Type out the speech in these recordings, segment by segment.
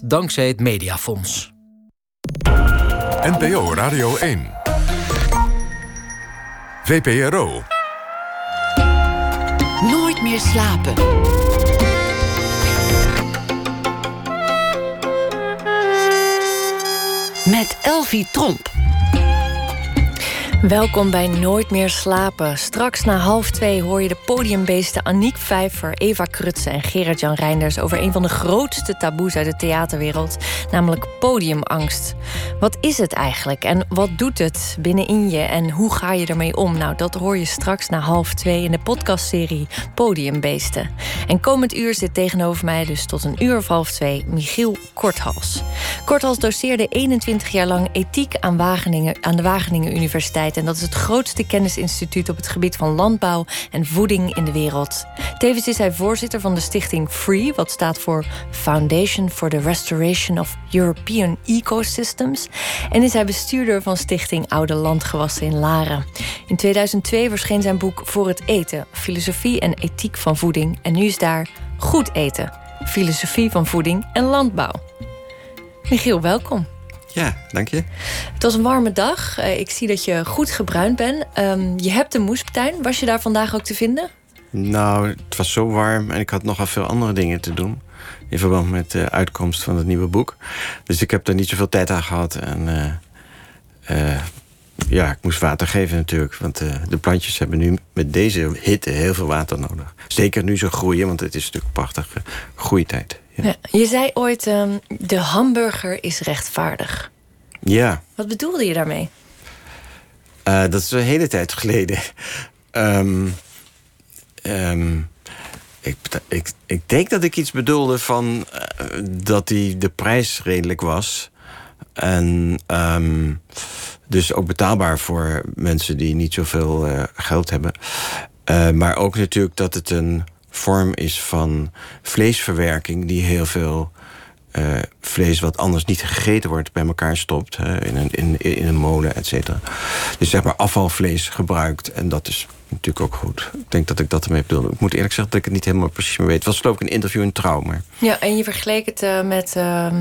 dankzij het Mediafonds. NPO Radio 1. VPRO. Nooit meer slapen. Met Elvie Tromp. Welkom bij Nooit meer slapen. Straks na 1:30 hoor je de podiumbeesten Aniek Vijver, Eva Krutse en Gerard-Jan Reinders over een van de grootste taboes uit de theaterwereld, namelijk podiumangst. Wat is het eigenlijk en wat doet het binnenin je en hoe ga je ermee om? Nou, dat hoor je straks na 1:30 in de podcastserie Podiumbeesten. En komend uur zit tegenover mij dus tot 1:00 Michiel Korthals. Korthals doseerde 21 jaar lang ethiek aan de Wageningen Universiteit. En dat is het grootste kennisinstituut op het gebied van landbouw en voeding in de wereld. Tevens is hij voorzitter van de stichting FREE, wat staat voor Foundation for the Restoration of European Ecosystems. En is hij bestuurder van stichting Oude Landgewassen in Laren. In 2002 verscheen zijn boek Voor het eten, filosofie en ethiek van voeding. En nu is daar Goed eten, filosofie van voeding en landbouw. Michiel, welkom. Ja, dank je. Het was een warme dag. Ik zie dat je goed gebruind bent. Je hebt een moestuin. Was je daar vandaag ook te vinden? Nou, het was zo warm en ik had nogal veel andere dingen te doen. In verband met de uitkomst van het nieuwe boek. Dus ik heb er niet zoveel tijd aan gehad. En ik moest water geven natuurlijk. Want de plantjes hebben nu met deze hitte heel veel water nodig. Zeker nu ze groeien, want het is natuurlijk prachtige groeitijd. Ja. Ja, je zei ooit, de hamburger is rechtvaardig. Ja. Wat bedoelde je daarmee? Dat is een hele tijd geleden. Ik denk dat ik iets bedoelde van dat de prijs redelijk was. En dus ook betaalbaar voor mensen die niet zoveel geld hebben. Maar ook natuurlijk dat het een vorm is van vleesverwerking die heel veel vlees wat anders niet gegeten wordt bij elkaar stopt in een molen, et cetera. Dus zeg maar afvalvlees gebruikt en dat is natuurlijk ook goed. Ik denk dat ik dat ermee bedoel. Ik moet eerlijk zeggen dat ik het niet helemaal precies meer weet. Het was geloof ik een interview in Trouw. Maar... Ja, en je vergeleek het met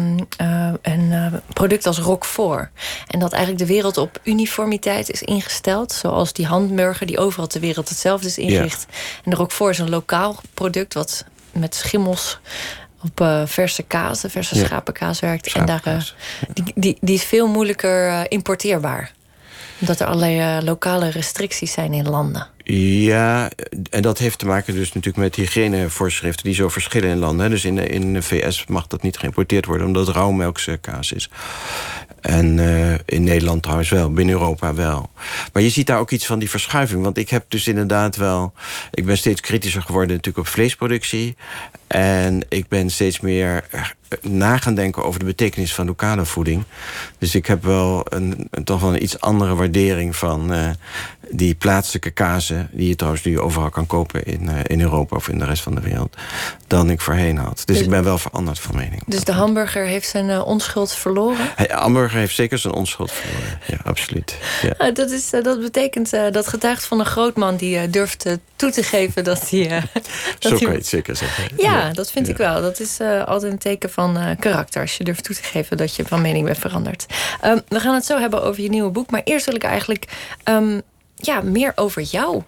een product als Roquefort. En dat eigenlijk de wereld op uniformiteit is ingesteld. Zoals die hamburger die overal ter wereld hetzelfde is ingericht. Ja. En de Roquefort is een lokaal product wat met schimmels op verse schapenkaas werkt. Schapenkaas. En die is veel moeilijker importeerbaar. Omdat er allerlei lokale restricties zijn in landen. Ja, en dat heeft te maken dus natuurlijk met hygiënevoorschriften die zo verschillen in landen. Dus in de VS mag dat niet geïmporteerd worden omdat het rauwmelkse kaas is. En in Nederland trouwens wel, binnen Europa wel. Maar je ziet daar ook iets van die verschuiving. Want ik heb dus inderdaad wel... Ik ben steeds kritischer geworden natuurlijk op vleesproductie. En ik ben steeds meer gaan denken over de betekenis van lokale voeding. Dus ik heb wel toch wel een iets andere waardering van die plaatselijke kazen, die je trouwens nu overal kan kopen in Europa of in de rest van de wereld, dan ik voorheen had. Dus ik ben wel veranderd van mening. Dus de hamburger heeft zijn onschuld verloren? De hamburger heeft zeker zijn onschuld verloren. Ja, absoluut. Ja. Dat betekent, dat getuigt van een groot man die durft toe te geven dat hij... Zo kan je het zeker zeggen. Ja, dat vind ik wel. Dat is altijd een teken van karakter. Als je durft toe te geven dat je van mening bent veranderd. We gaan het zo hebben over je nieuwe boek. Maar eerst wil ik eigenlijk meer over jou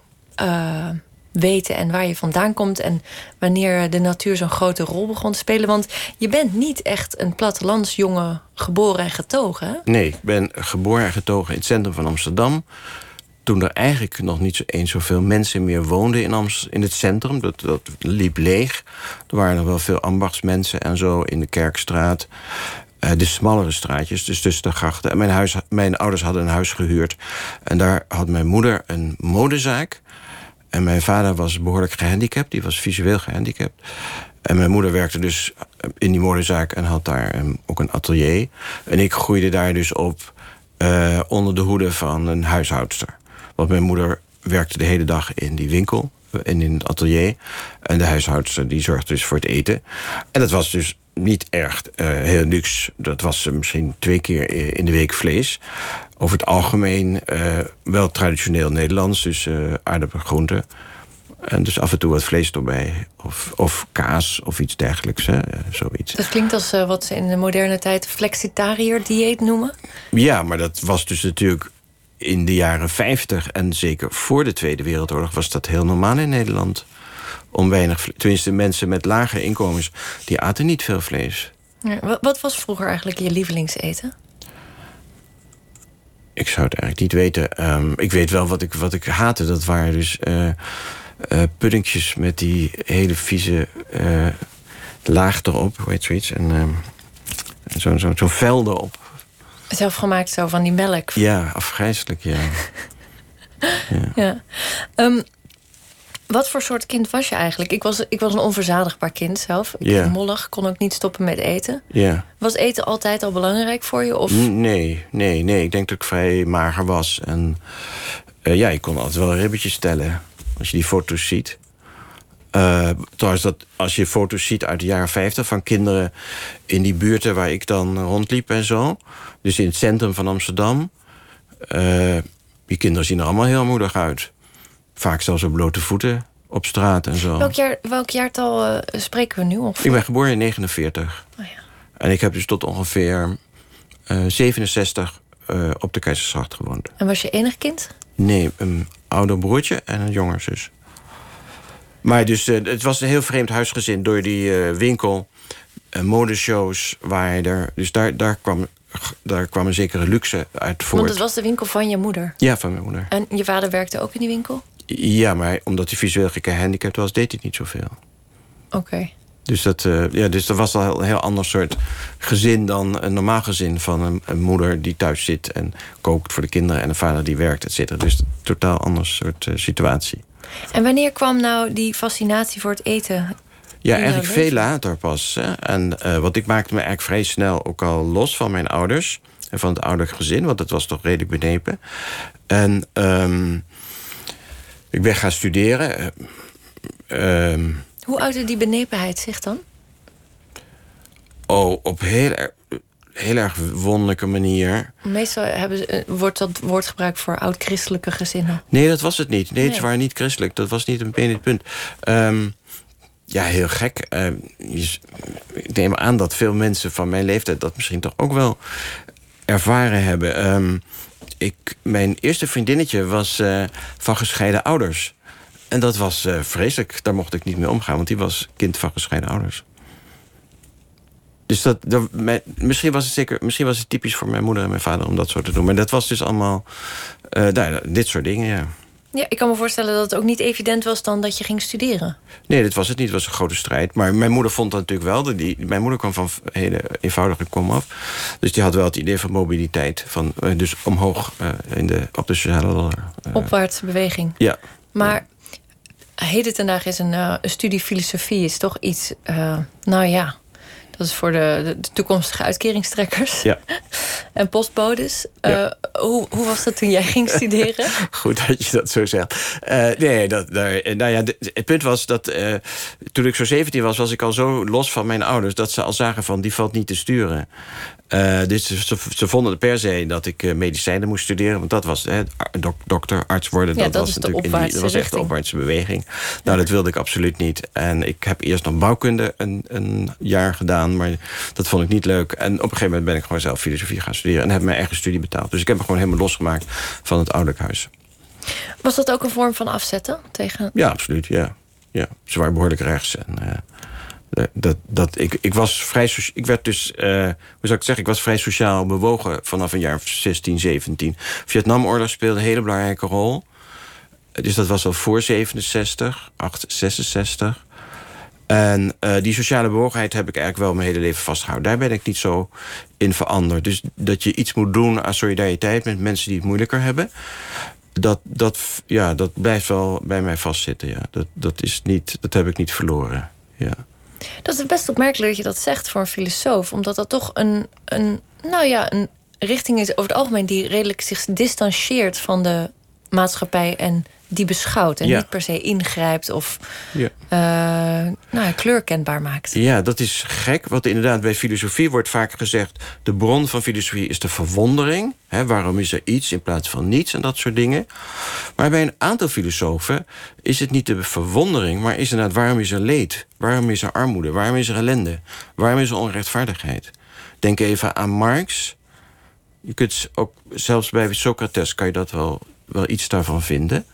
weten. En waar je vandaan komt. En wanneer de natuur zo'n grote rol begon te spelen. Want je bent niet echt een plattelandsjongen geboren en getogen. Hè? Nee, ik ben geboren en getogen in het centrum van Amsterdam. Toen er eigenlijk nog niet eens zoveel mensen meer woonden in het centrum. Dat liep leeg. Er waren nog wel veel ambachtsmensen en zo in de Kerkstraat. De smallere straatjes, dus tussen de grachten. En mijn ouders hadden een huis gehuurd. En daar had mijn moeder een modezaak. En mijn vader was behoorlijk gehandicapt. Die was visueel gehandicapt. En mijn moeder werkte dus in die modezaak en had daar ook een atelier. En ik groeide daar dus op onder de hoede van een huishoudster. Want mijn moeder werkte de hele dag in die winkel, in het atelier. En de huishoudster die zorgde dus voor het eten. En dat was dus niet erg heel luxe. Dat was misschien 2 keer in de week vlees. Over het algemeen wel traditioneel Nederlands. Dus aardappelen, groenten. En dus af en toe wat vlees erbij. Of kaas of iets dergelijks. Hè? Zoiets. Dat klinkt als wat ze in de moderne tijd flexitariër-dieet noemen. Ja, maar dat was dus natuurlijk in de jaren 50... en zeker voor de Tweede Wereldoorlog was dat heel normaal in Nederland. Om weinig, tenminste mensen met lage inkomens, die aten niet veel vlees. Ja, wat was vroeger eigenlijk je lievelingseten? Ik zou het eigenlijk niet weten. Ik weet wel wat ik haatte. Dat waren dus puddingjes met die hele vieze laag erop. Hoe heet zoiets? En zo'n vel erop. Zelf gemaakt zo van die melk. Ja, afgrijselijk, ja. Ja. Wat voor soort kind was je eigenlijk? Ik was een onverzadigbaar kind zelf. Ik was mollig, kon ook niet stoppen met eten. Ja. Was eten altijd al belangrijk voor je? Of? Nee. Ik denk dat ik vrij mager was. En ik kon altijd wel ribbetjes tellen. Als je die foto's ziet. Trouwens, als je foto's ziet uit de jaren 50... van kinderen in die buurten waar ik dan rondliep en zo. Dus in het centrum van Amsterdam. Die kinderen zien er allemaal heel moedig uit. Vaak zelfs op blote voeten op straat en zo. Welk jaartal spreken we nu? Of? Ik ben geboren in 1949. Oh ja. En ik heb dus tot ongeveer 67 op de Keizersgracht gewoond. En was je enig kind? Nee, een ouder broertje en een jonger zus. Maar dus, het was een heel vreemd huisgezin door die winkel. Modeshows waren er. Dus daar kwam een zekere luxe uit voort. Want het was de winkel van je moeder? Ja, van mijn moeder. En je vader werkte ook in die winkel? Ja, maar omdat hij visueel gehandicapt was, deed hij niet zoveel. Oké. Dus dat was al een heel ander soort gezin dan een normaal gezin van een moeder die thuis zit en kookt voor de kinderen en een vader die werkt, et cetera. Dus een totaal ander soort situatie. En wanneer kwam nou die fascinatie voor het eten? Ja, eigenlijk veel later pas. Hè. En want ik maakte me eigenlijk vrij snel ook al los van mijn ouders en van het ouderlijk gezin, want dat was toch redelijk benepen. En ik ben gaan studeren. Hoe uitte die benepenheid zich dan? Oh, op heel erg wonderlijke manier. Meestal wordt dat woord gebruikt voor oud-christelijke gezinnen. Nee, dat was het niet. Nee, ze waren niet christelijk. Dat was niet een punt. Ja, heel gek. Ik neem aan dat veel mensen van mijn leeftijd dat misschien toch ook wel ervaren hebben. Mijn eerste vriendinnetje was van gescheiden ouders. En dat was vreselijk. Daar mocht ik niet mee omgaan, want die was kind van gescheiden ouders. Dus misschien was het typisch voor mijn moeder en mijn vader om dat zo te doen. Maar dat was dus allemaal dit soort dingen, ja. Ja, ik kan me voorstellen dat het ook niet evident was dan dat je ging studeren. Nee, dat was het niet. Het was een grote strijd. Maar mijn moeder vond dat natuurlijk wel. Mijn moeder kwam van hele eenvoudige komaf. Dus die had wel het idee van mobiliteit. Dus omhoog op de sociale ladder. Opwaartse beweging. Ja. Maar heden ten dagen is een studie filosofie is toch iets... dat is voor de toekomstige uitkeringstrekkers. Ja. En postbodes. Ja. Hoe was dat toen jij ging studeren? Goed dat je dat zo zegt. Het punt was dat toen ik zo 17 was ik al zo los van mijn ouders dat ze al zagen van die valt niet te sturen. Dus ze vonden per se dat ik medicijnen moest studeren. Want dat was dokter, arts worden. Ja, dat was natuurlijk dat was echt de opwaartse beweging. Nou, dat wilde ik absoluut niet. En ik heb eerst nog bouwkunde een jaar gedaan. Maar dat vond ik niet leuk. En op een gegeven moment ben ik gewoon zelf filosofie gaan studeren. En heb mijn eigen studie betaald. Dus ik heb me gewoon helemaal losgemaakt van het ouderlijk huis. Was dat ook een vorm van afzetten? Tegen... Ja, absoluut. Ja. Ze waren behoorlijk rechts. En ik was vrij... Ik werd dus... hoe zou ik zeggen? Ik was vrij sociaal bewogen vanaf een jaar 16, 17. Vietnamoorlog speelde een hele belangrijke rol. Dus dat was al voor 67, 66. En die sociale bewogenheid heb ik eigenlijk wel mijn hele leven vastgehouden. Daar ben ik niet zo in veranderd. Dus dat je iets moet doen aan solidariteit met mensen die het moeilijker hebben... Dat blijft wel bij mij vastzitten. Ja. Dat heb ik niet verloren. Ja. Dat is best opmerkelijk dat je dat zegt voor een filosoof. Omdat dat toch een richting is over het algemeen... die redelijk zich distancieert van de maatschappij en die beschouwt en niet per se ingrijpt of kleur kenbaar maakt. Ja, dat is gek. Want inderdaad, bij filosofie wordt vaak gezegd, de bron van filosofie is de verwondering. Waarom is er iets in plaats van niets en dat soort dingen. Maar bij een aantal filosofen is het niet de verwondering, maar is inderdaad, waarom is er leed? Waarom is er armoede? Waarom is er ellende? Waarom is er onrechtvaardigheid? Denk even aan Marx. Je kunt ook, zelfs bij Socrates kan je dat wel iets daarvan vinden.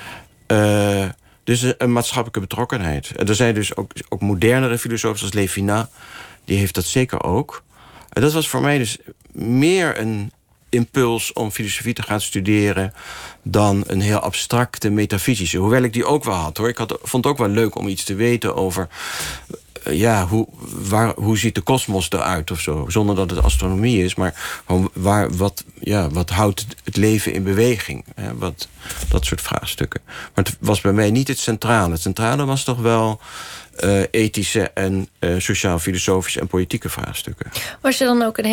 Dus een maatschappelijke betrokkenheid. En er zijn dus ook modernere filosofen zoals Levinas. Die heeft dat zeker ook. En dat was voor mij dus meer een impuls om filosofie te gaan studeren dan een heel abstracte metafysische. Hoewel ik die ook wel had, hoor. Ik vond het ook wel leuk om iets te weten over hoe ziet de kosmos eruit of zo. Zonder dat het astronomie is, maar wat houdt het leven in beweging? Dat soort vraagstukken. Maar het was bij mij niet het centrale. Het centrale was toch wel ethische en sociaal-filosofische en politieke vraagstukken. Was je dan ook een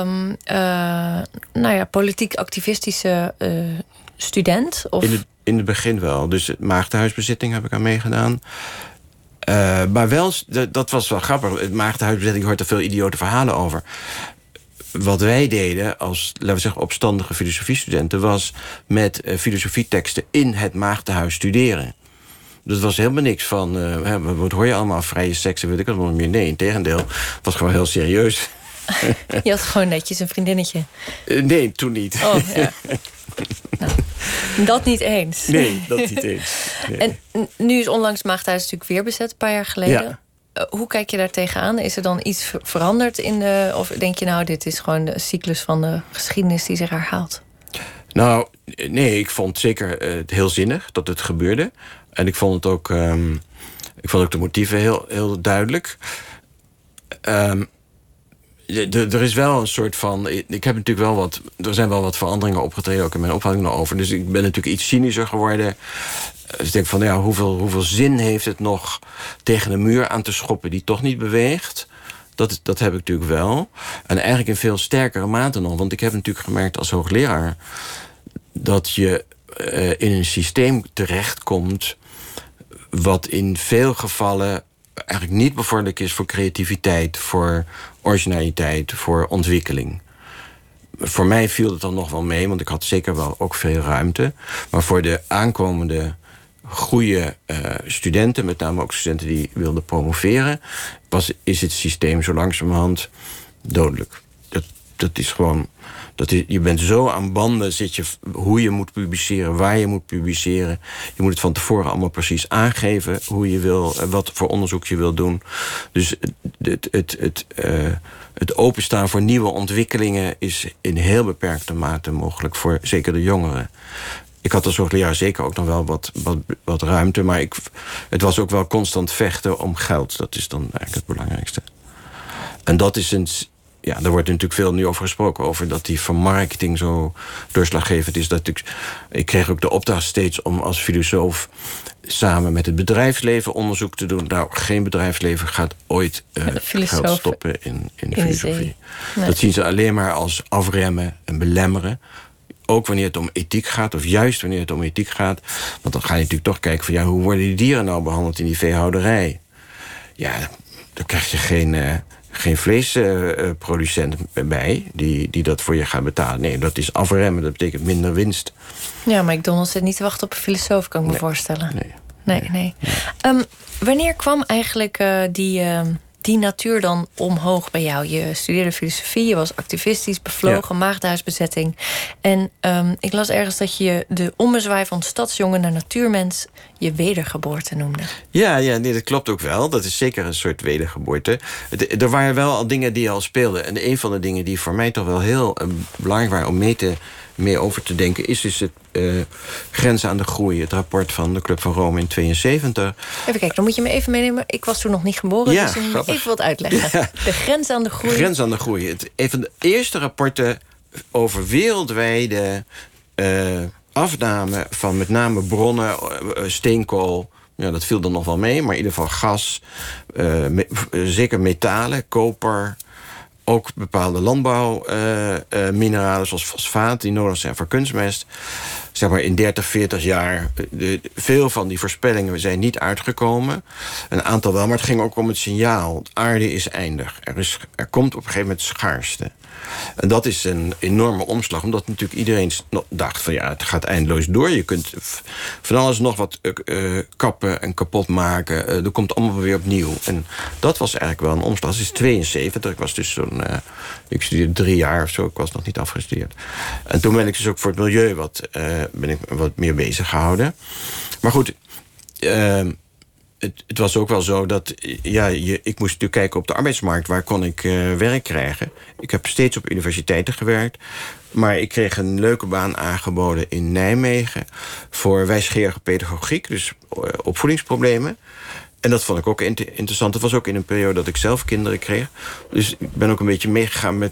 heel politiek-activistische student? Of? In het begin wel. Dus maagdenhuisbezitting heb ik aan meegedaan. Maar wel, dat was wel grappig. Het maagdenhuisbezetting hoort er veel idiote verhalen over. Wat wij deden als, laten we zeggen, opstandige filosofiestudenten, was met filosofieteksten in het maagdenhuis studeren. Dat was helemaal niks van, wat hoor je allemaal, vrije seks en weet ik wat nog meer. Nee, integendeel, het was gewoon heel serieus. Je had gewoon netjes een vriendinnetje. Nee, toen niet. Oh, ja. Nou, dat niet eens. Nee, dat niet eens. Nee. En nu is onlangs Maagdenhuis natuurlijk weer bezet, een paar jaar geleden. Ja. Hoe kijk je daar tegenaan? Is er dan iets veranderd in de... Of denk je nou, dit is gewoon de cyclus van de geschiedenis die zich herhaalt? Nou, nee, ik vond zeker het heel zinnig dat het gebeurde. En ik vond het ook... de motieven heel duidelijk. Er is wel een soort van... Ik heb natuurlijk wel wat... Er zijn wel wat veranderingen opgetreden, ook in mijn opvatting over. Dus ik ben natuurlijk iets cynischer geworden. Dus ik denk van, hoeveel zin heeft het nog tegen een muur aan te schoppen die toch niet beweegt? Dat heb ik natuurlijk wel. En eigenlijk in veel sterkere mate nog. Want ik heb natuurlijk gemerkt als hoogleraar dat je in een systeem terechtkomt wat in veel gevallen eigenlijk niet bevorderlijk is voor creativiteit, voor originaliteit, voor ontwikkeling. Voor mij viel het dan nog wel mee, want ik had zeker wel ook veel ruimte. Maar voor de aankomende goede studenten, met name ook studenten die wilden promoveren, is het systeem zo langzamerhand dodelijk. Dat is gewoon... Je bent zo aan banden, hoe je moet publiceren, waar je moet publiceren. Je moet het van tevoren allemaal precies aangeven hoe je wil, wat voor onderzoek je wil doen. Dus het openstaan voor nieuwe ontwikkelingen is in heel beperkte mate mogelijk voor zeker de jongeren. Ik had als hoogleraar zeker ook nog wel wat ruimte, maar het was ook wel constant vechten om geld. Dat is dan eigenlijk het belangrijkste. En dat is daar wordt natuurlijk veel nu over gesproken, over dat die vermarkting zo doorslaggevend is. Ik kreeg ook de opdracht steeds om als filosoof samen met het bedrijfsleven onderzoek te doen. Nou, geen bedrijfsleven gaat ooit geld stoppen in filosofie. Nee. Dat zien ze alleen maar als afremmen en belemmeren. Ook wanneer het om ethiek gaat, of juist wanneer het om ethiek gaat. Want dan ga je natuurlijk toch kijken van, hoe worden die dieren nou behandeld in die veehouderij? Ja, dan krijg je geen vleesproducent bij die dat voor je gaat betalen. Nee, dat is afremmen, dat betekent minder winst. Ja, maar McDonald's zit niet te wachten op een filosoof, kan ik me voorstellen. Nee. Wanneer kwam eigenlijk die natuur dan omhoog bij jou? Je studeerde filosofie, je was activistisch, bevlogen, maagdenhuisbezetting. En ik las ergens dat je de ommezwaai van stadsjongen naar natuurmens je wedergeboorte noemde. Ja, dat klopt ook wel. Dat is zeker een soort wedergeboorte. Er waren wel al dingen die al speelden. En een van de dingen die voor mij toch wel heel belangrijk waren om mee over te denken, is dus het Grenzen aan de Groei. Het rapport van de Club van Rome in 72. Even kijken, dan moet je me even meenemen. Ik was toen nog niet geboren, dus dan moet je even wat uitleggen. Ja. De Grenzen aan de Groei. Grenzen aan de Groei. Een van de eerste rapporten over wereldwijde afname van met name bronnen, steenkool. Ja, dat viel dan nog wel mee, maar in ieder geval gas, zeker metalen, koper, ook bepaalde landbouwmineralen zoals fosfaat die nodig zijn voor kunstmest. Zeg maar in 30, 40 jaar, veel van die voorspellingen zijn niet uitgekomen. Een aantal wel, maar het ging ook om het signaal. De aarde is eindig. Er komt op een gegeven moment schaarste. En dat is een enorme omslag, omdat natuurlijk iedereen dacht van ja, het gaat eindeloos door. Je kunt van alles nog wat kappen en kapot maken. Er komt allemaal weer opnieuw. En dat was eigenlijk wel een omslag. Het is 72, ik was dus ik studeerde 3 jaar of zo, ik was nog niet afgestudeerd. En toen ben ik dus ook voor het milieu wat meer bezig gehouden. Maar goed, het was ook wel zo dat ik moest natuurlijk kijken op de arbeidsmarkt. Waar kon ik werk krijgen? Ik heb steeds op universiteiten gewerkt. Maar ik kreeg een leuke baan aangeboden in Nijmegen voor wijsgerige pedagogiek, dus opvoedingsproblemen. En dat vond ik ook interessant. Het was ook in een periode dat ik zelf kinderen kreeg. Dus ik ben ook een beetje meegegaan met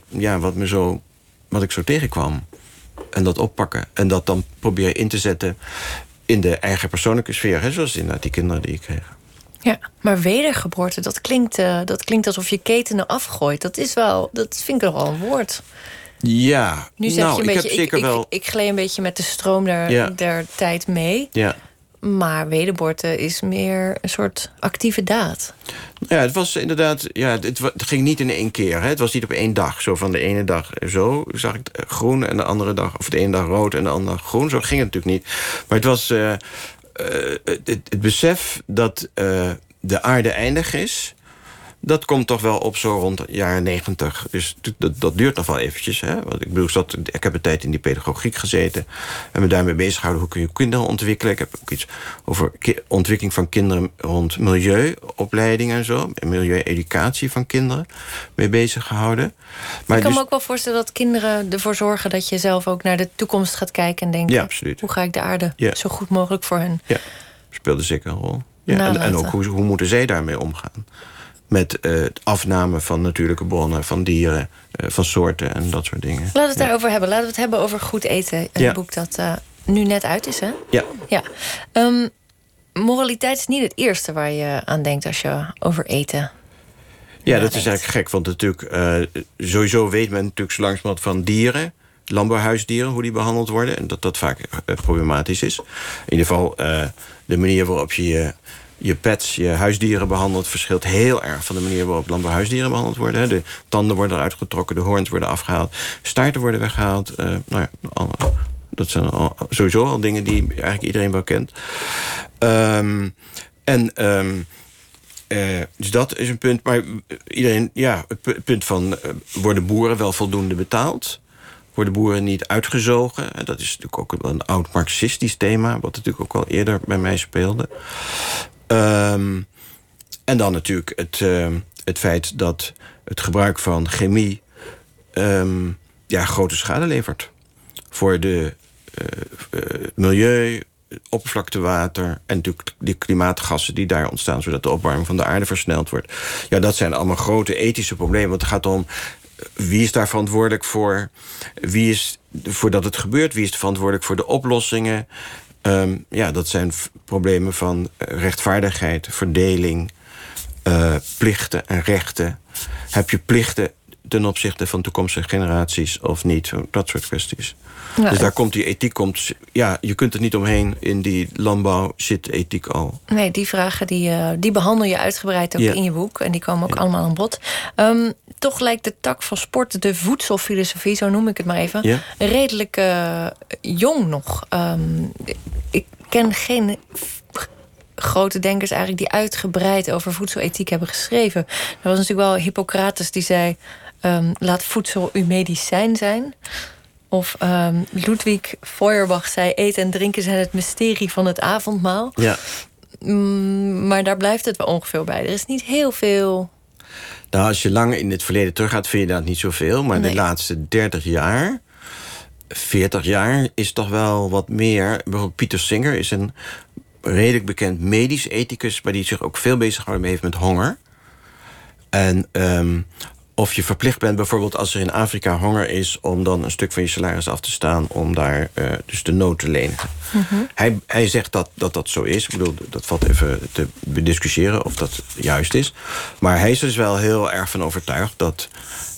wat ik zo tegenkwam. En dat oppakken. En dat dan proberen in te zetten in de eigen persoonlijke sfeer. Hè, zoals inderdaad die kinderen die ik kreeg. Ja, maar wedergeboorte, dat klinkt alsof je ketenen afgooit. Dat vind ik wel een woord. Ja, nu zeg je een beetje, ik gleed een beetje met de stroom der tijd mee. Ja. Maar wedergeboorte is meer een soort actieve daad. Ja, het was inderdaad. Ja, het ging niet in 1 keer. Hè. Het was niet op 1 dag. Zo van de ene dag zo zag ik groen en de andere dag, of de ene dag rood en de andere dag groen. Zo ging het natuurlijk niet. Maar het was het besef dat de aarde eindig is. Dat komt toch wel op zo rond het jaar 90. Dus dat duurt nog wel eventjes. Hè? Want ik bedoel, ik heb een tijd in die pedagogiek gezeten en me daarmee bezig gehouden. Hoe kun je kinderen ontwikkelen? Ik heb ook iets over ontwikkeling van kinderen rond milieuopleiding en zo. Milieueducatie van kinderen mee bezig gehouden. Maar ik kan me ook wel voorstellen dat kinderen ervoor zorgen dat je zelf ook naar de toekomst gaat kijken en denken, ja, absoluut. Hoe ga ik de aarde zo goed mogelijk voor hen? Ja, speelde zeker een rol. Ja, en ook hoe moeten zij daarmee omgaan? Met het afname van natuurlijke bronnen, van dieren, van soorten en dat soort dingen. Laten we het daarover hebben. Laten we het hebben over Goed Eten. Een boek dat nu net uit is, hè? Ja. Moraliteit is niet het eerste waar je aan denkt als je over eten. Ja, dat is eigenlijk gek. Want natuurlijk, sowieso weet men natuurlijk zo langzamerhand van dieren, landbouwhuisdieren, hoe die behandeld worden. En dat vaak problematisch is. In ieder geval de manier waarop je pets, je huisdieren behandeld, verschilt heel erg van de manier waarop landbouwhuisdieren behandeld worden. De tanden worden eruit getrokken, de hoorns worden afgehaald, staarten worden weggehaald. Dat zijn sowieso al dingen die eigenlijk iedereen wel kent. Dus dat is een punt. Maar iedereen, het punt van worden boeren wel voldoende betaald? Worden boeren niet uitgezogen? En dat is natuurlijk ook een oud marxistisch thema, wat natuurlijk ook al eerder bij mij speelde. En dan natuurlijk het feit dat het gebruik van chemie grote schade levert. Voor de milieu, oppervlaktewater en natuurlijk die klimaatgassen die daar ontstaan, zodat de opwarming van de aarde versneld wordt. Ja, dat zijn allemaal grote ethische problemen. Want het gaat om wie is daar verantwoordelijk voor? Wie is voordat het gebeurt? Wie is verantwoordelijk voor de oplossingen? Dat zijn problemen van rechtvaardigheid, verdeling, plichten en rechten. Heb je plichten ten opzichte van toekomstige generaties of niet? Dat soort kwesties. Ja, dus daar komt die ethiek. Je kunt er niet omheen. In die landbouw zit ethiek al. Nee, die vragen die behandel je uitgebreid ook in je boek. En die komen ook allemaal aan bod. Toch lijkt de tak van sport, de voedselfilosofie, zo noem ik het maar even, redelijk jong nog. Ik ken geen grote denkers eigenlijk die uitgebreid over voedselethiek hebben geschreven. Er was natuurlijk wel Hippocrates die zei, laat voedsel uw medicijn zijn. Of Ludwig Feuerbach zei, eten en drinken zijn het mysterie van het avondmaal. Ja. Maar daar blijft het wel ongeveer bij. Er is niet heel veel. Nou, als je lang in het verleden teruggaat, vind je dat niet zoveel. Maar de laatste 30 jaar, 40 jaar is toch wel wat meer. Bijvoorbeeld Peter Singer is een redelijk bekend medisch ethicus, maar die zich ook veel bezighouden heeft met honger. En of je verplicht bent, bijvoorbeeld als er in Afrika honger is, om dan een stuk van je salaris af te staan om daar dus de nood te lenigen. Mm-hmm. Hij zegt dat zo is. Ik bedoel, dat valt even te bediscussiëren of dat juist is. Maar hij is er dus wel heel erg van overtuigd dat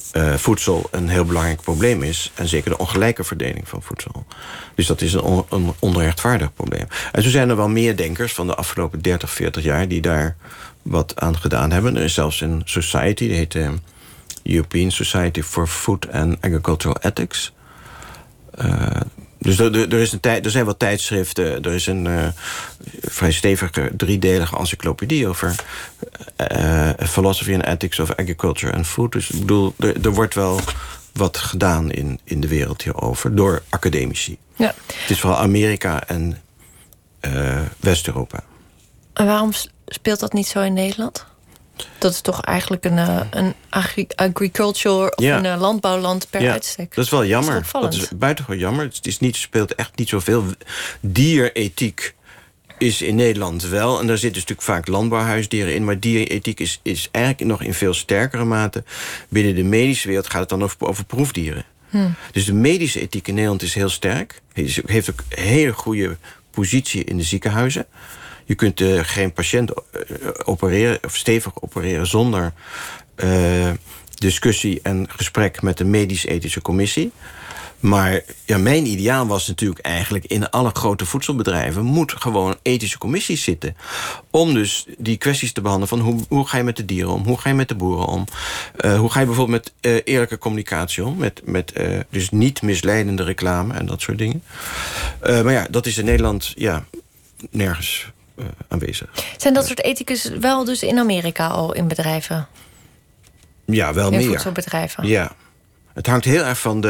voedsel een heel belangrijk probleem is. En zeker de ongelijke verdeling van voedsel. Dus dat is een onrechtvaardig probleem. En zo zijn er wel meer denkers van de afgelopen 30, 40 jaar... die daar wat aan gedaan hebben. Er is zelfs een society, die heet de European Society for Food and Agricultural Ethics. Dus er zijn wat tijdschriften. Er is een vrij stevige 3-delige encyclopedie over philosophy and ethics of agriculture and food. Dus ik bedoel, er wordt wel wat gedaan in de wereld hierover door academici. Ja. Het is vooral Amerika en West-Europa. En waarom speelt dat niet zo in Nederland? Dat is toch eigenlijk een agriculture of een landbouwland per uitstek. Dat is wel jammer. Dat is buitengewoon jammer. Het speelt echt niet zoveel. Dierethiek is in Nederland wel. En daar zitten natuurlijk vaak landbouwhuisdieren in. Maar dierethiek is eigenlijk nog in veel sterkere mate. Binnen de medische wereld gaat het dan over proefdieren. Dus de medische ethiek in Nederland is heel sterk. Heeft ook een hele goede positie in de ziekenhuizen. Je kunt geen patiënt opereren of stevig opereren zonder discussie en gesprek met de medisch-ethische commissie. Maar mijn ideaal was natuurlijk eigenlijk in alle grote voedselbedrijven moet gewoon ethische commissies zitten. Om dus die kwesties te behandelen van hoe ga je met de dieren om? Hoe ga je met de boeren om? Hoe ga je bijvoorbeeld met eerlijke communicatie om? Met dus niet misleidende reclame en dat soort dingen. Maar dat is in Nederland nergens aanwezig. Zijn dat soort ethicus wel dus in Amerika al in bedrijven? Ja, wel meer. Voedselbedrijven? Ja. Het hangt heel erg van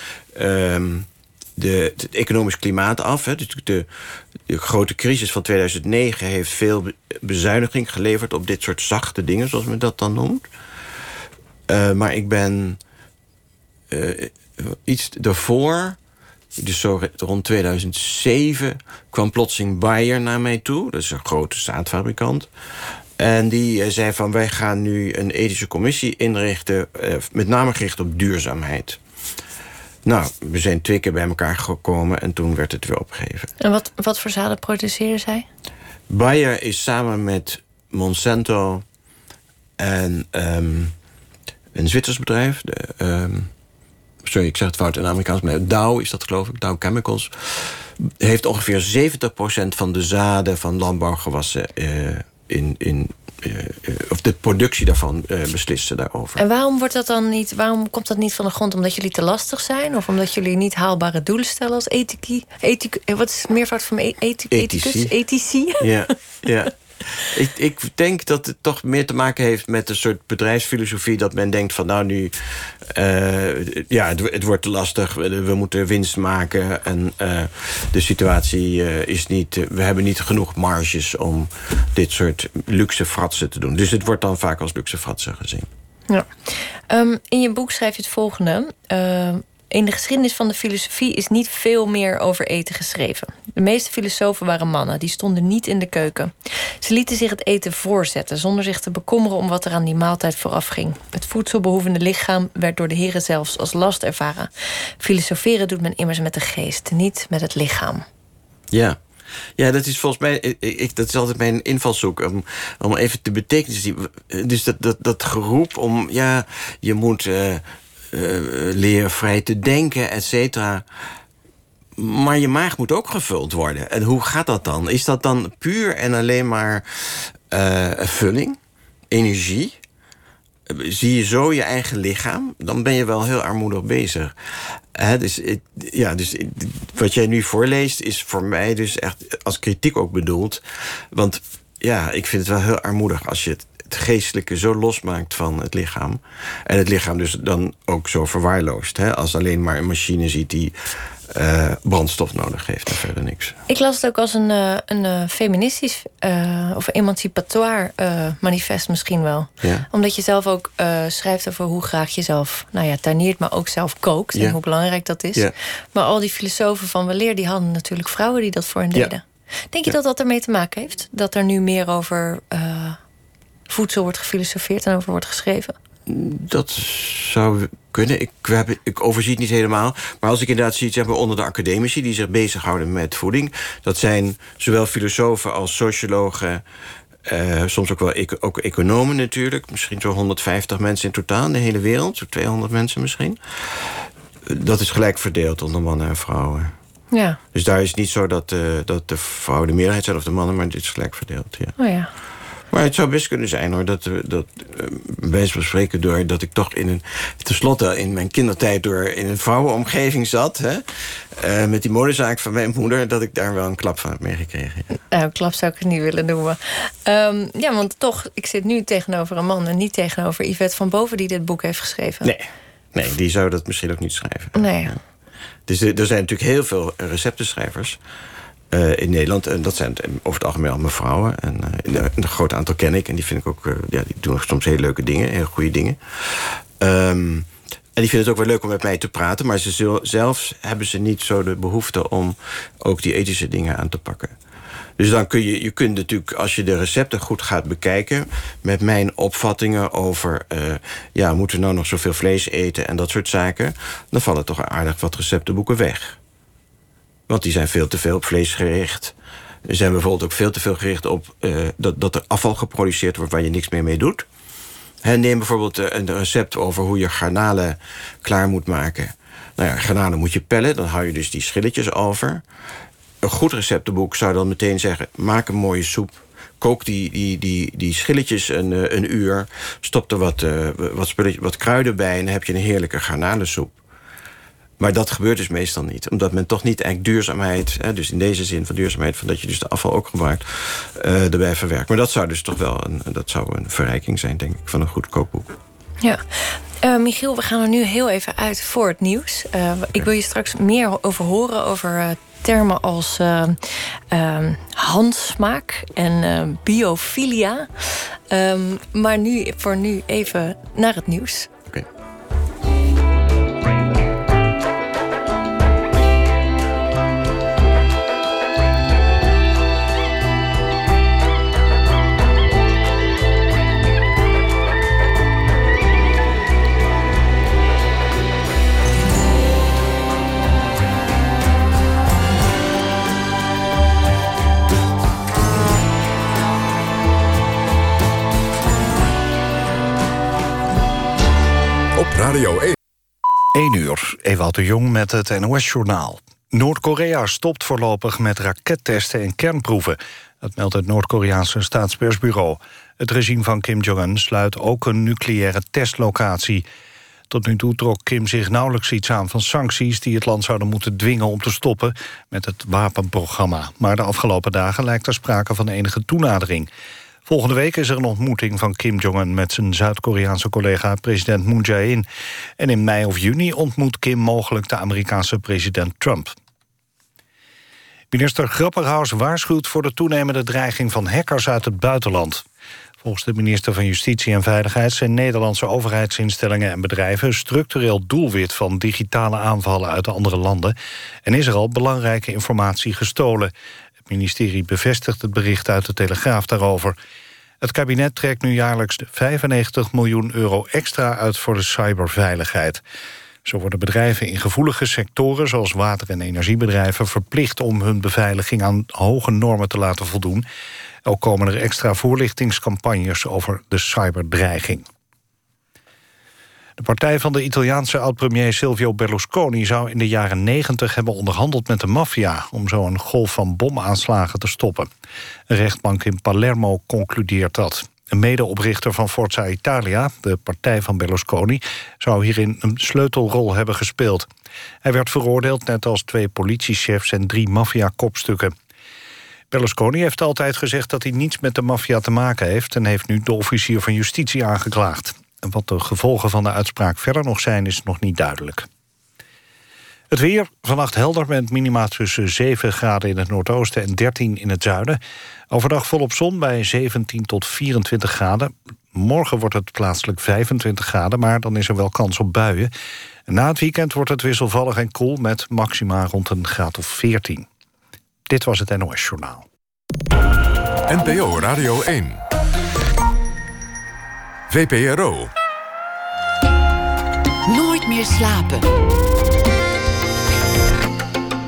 het economisch klimaat af. Hè. De grote crisis van 2009 heeft veel bezuiniging geleverd op dit soort zachte dingen, zoals men dat dan noemt. Maar ik ben iets daarvoor, dus zo rond 2007, kwam plotseling Bayer naar mij toe. Dat is een grote zaadfabrikant. En die zei van, wij gaan nu een ethische commissie inrichten, met name gericht op duurzaamheid. Nou, we zijn 2 keer bij elkaar gekomen en toen werd het weer opgegeven. En wat voor zaden produceren zij? Bayer is samen met Monsanto en een Zwitsers bedrijf. Sorry, ik zeg het fout in Amerikaans, maar Dow is dat geloof ik, Dow Chemicals. Heeft ongeveer 70% van de zaden van landbouwgewassen of de productie daarvan beslissen daarover. En waarom komt dat niet van de grond? Omdat jullie te lastig zijn? Of omdat jullie niet haalbare doelen stellen als wat is het meervoud van ethicus? Ethici? Ja. Ik denk dat het toch meer te maken heeft met een soort bedrijfsfilosofie, dat men denkt van nou nu, het wordt te lastig, we moeten winst maken en de situatie is niet, we hebben niet genoeg marges om dit soort luxe fratsen te doen. Dus het wordt dan vaak als luxe fratsen gezien. Ja. In je boek schrijf je het volgende. In de geschiedenis van de filosofie is niet veel meer over eten geschreven. De meeste filosofen waren mannen, die stonden niet in de keuken. Ze lieten zich het eten voorzetten, zonder zich te bekommeren om wat er aan die maaltijd vooraf ging. Het voedselbehoevende lichaam werd door de heren zelfs als last ervaren. Filosoferen doet men immers met de geest, niet met het lichaam. Ja. Ja, dat is volgens mij, dat is altijd mijn invalshoek, om even de betekenis te zien. Dus dat geroep om, je moet leren vrij te denken, et cetera. Maar je maag moet ook gevuld worden. En hoe gaat dat dan? Is dat dan puur en alleen maar vulling, energie? Zie je zo je eigen lichaam? Dan ben je wel heel armoedig bezig. Dus wat jij nu voorleest is voor mij dus echt als kritiek ook bedoeld. Want ik vind het wel heel armoedig als je het geestelijke zo losmaakt van het lichaam. En het lichaam dus dan ook zo verwaarloost. Als alleen maar een machine ziet die brandstof nodig heeft en verder niks. Ik las het ook als een feministisch of emancipatoire manifest misschien wel. Ja. Omdat je zelf ook schrijft over hoe graag je zelf tuiniert, maar ook zelf kookt. En hoe belangrijk dat is. Ja. Maar al die filosofen van weleer, die hadden natuurlijk vrouwen die dat voor hen deden. Ja. Denk je dat dat ermee te maken heeft? Dat er nu meer over voedsel wordt gefilosofeerd en over wordt geschreven? Dat zou kunnen. Ik overzie het niet helemaal. Maar als ik inderdaad zie, zeg maar, onder de academici die zich bezighouden met voeding, dat zijn zowel filosofen als sociologen Soms ook wel ook economen natuurlijk. Misschien zo'n 150 mensen in totaal in de hele wereld. Zo'n 200 mensen misschien. Dat is gelijk verdeeld onder mannen en vrouwen. Ja. Dus daar is het niet zo dat de vrouwen de meerderheid zijn of de mannen, maar dit is gelijk verdeeld. Ja. Oh ja. Maar het zou best kunnen zijn hoor, dat bij wijze van spreken, doordat ik toch tenslotte in mijn kindertijd in een vrouwenomgeving zat, hè, met die modezaak van mijn moeder, dat ik daar wel een klap van heb meegekregen. Ja. Nou, een klap zou ik het niet willen noemen. Ja, want toch, ik zit nu tegenover een man en niet tegenover Yvette van Boven die dit boek heeft geschreven. Nee, die zou dat misschien ook niet schrijven. Nee. Ja. Dus er zijn natuurlijk heel veel receptenschrijvers in Nederland. En dat zijn over het algemeen allemaal vrouwen. En een groot aantal ken ik. En die vind ik ook, die doen soms hele leuke dingen, heel goede dingen. En die vinden het ook wel leuk om met mij te praten. Maar zelf hebben ze niet zo de behoefte om ook die ethische dingen aan te pakken. Dus dan je kunt natuurlijk, als je de recepten goed gaat bekijken, met mijn opvattingen over, moeten we nou nog zoveel vlees eten en dat soort zaken, dan vallen toch aardig wat receptenboeken weg. Want die zijn veel te veel op vlees gericht. Er zijn bijvoorbeeld ook veel te veel gericht op dat er afval geproduceerd wordt waar je niks meer mee doet. Neem bijvoorbeeld een recept over hoe je garnalen klaar moet maken. Nou ja, garnalen moet je pellen, dan hou je dus die schilletjes over. Een goed receptenboek zou dan meteen zeggen, maak een mooie soep. Kook die schilletjes een uur. Stop er wat kruiden bij en dan heb je een heerlijke garnalensoep. Maar dat gebeurt dus meestal niet. Omdat men toch niet eigenlijk duurzaamheid, dus in deze zin van duurzaamheid, van dat je dus de afval ook gebruikt, erbij verwerkt. Maar dat zou dus toch wel een verrijking zijn, denk ik, van een goed kookboek. Ja. Michiel, we gaan er nu heel even uit voor het nieuws. Ik wil je straks meer over horen, over termen als handsmaak en biofilia. Maar voor nu even naar het nieuws. Okay. Radio 1. 1 uur, Ewout de Jong met het NOS-journaal. Noord-Korea stopt voorlopig met rakettesten en kernproeven. Dat meldt het Noord-Koreaanse staatspersbureau. Het regime van Kim Jong-un sluit ook een nucleaire testlocatie. Tot nu toe trok Kim zich nauwelijks iets aan van sancties die het land zouden moeten dwingen om te stoppen met het wapenprogramma. Maar de afgelopen dagen lijkt er sprake van enige toenadering. Volgende week is er een ontmoeting van Kim Jong-un met zijn Zuid-Koreaanse collega president Moon Jae-in. En in mei of juni ontmoet Kim mogelijk de Amerikaanse president Trump. Minister Grapperhaus waarschuwt voor de toenemende dreiging van hackers uit het buitenland. Volgens de minister van Justitie en Veiligheid zijn Nederlandse overheidsinstellingen en bedrijven structureel doelwit van digitale aanvallen uit andere landen en is er al belangrijke informatie gestolen. Het ministerie bevestigt het bericht uit de Telegraaf daarover. Het kabinet trekt nu jaarlijks 95 miljoen euro extra uit voor de cyberveiligheid. Zo worden bedrijven in gevoelige sectoren, zoals water- en energiebedrijven, verplicht om hun beveiliging aan hoge normen te laten voldoen. Ook komen er extra voorlichtingscampagnes over de cyberdreiging. De partij van de Italiaanse oud-premier Silvio Berlusconi zou in de jaren 90 hebben onderhandeld met de maffia om zo een golf van bomaanslagen te stoppen. Een rechtbank in Palermo concludeert dat. Een medeoprichter van Forza Italia, de partij van Berlusconi, zou hierin een sleutelrol hebben gespeeld. Hij werd veroordeeld net als 2 politiechefs en 3 maffia-kopstukken. Berlusconi heeft altijd gezegd dat hij niets met de maffia te maken heeft en heeft nu de officier van justitie aangeklaagd. En wat de gevolgen van de uitspraak verder nog zijn, is nog niet duidelijk. Het weer, vannacht helder met minima tussen 7 graden in het noordoosten en 13 in het zuiden. Overdag volop zon bij 17 tot 24 graden. Morgen wordt het plaatselijk 25 graden, maar dan is er wel kans op buien. En na het weekend wordt het wisselvallig en koel met maxima rond een graad of 14. Dit was het NOS Journaal. NPO Radio 1. VPRO. Nooit meer slapen.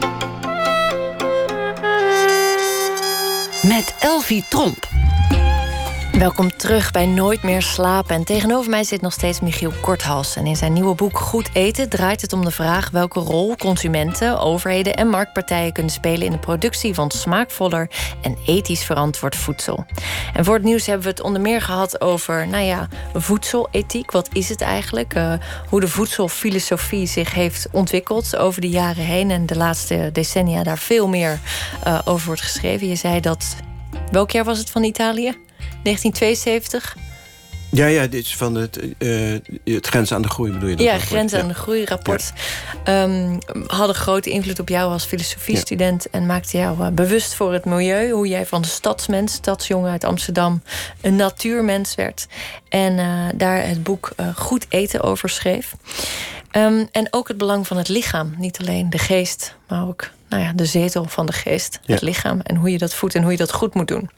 Met Elfie Tromp. Welkom terug bij Nooit meer slapen. En tegenover mij zit nog steeds Michiel Korthals. En in zijn nieuwe boek Goed eten draait het om de vraag welke rol consumenten, overheden en marktpartijen kunnen spelen in de productie van smaakvoller en ethisch verantwoord voedsel. En voor het nieuws hebben we het onder meer gehad over, voedselethiek. Wat is het eigenlijk? Hoe de voedselfilosofie zich heeft ontwikkeld over de jaren heen. En de laatste decennia daar veel meer over wordt geschreven. Je zei dat, welk jaar was het van Italië? 1972? Ja, dit is van het Grens aan de Groei, bedoel je dat? Ja, Grens aan de Groei rapport. Ja. Hadden grote invloed op jou als filosofiestudent en maakte jou bewust voor het milieu. Hoe jij van de stadsjongen uit Amsterdam een natuurmens werd. En daar het boek Goed eten over schreef. En ook het belang van het lichaam. Niet alleen de geest, maar ook de zetel van de geest. Ja. Het lichaam en hoe je dat voedt en hoe je dat goed moet doen.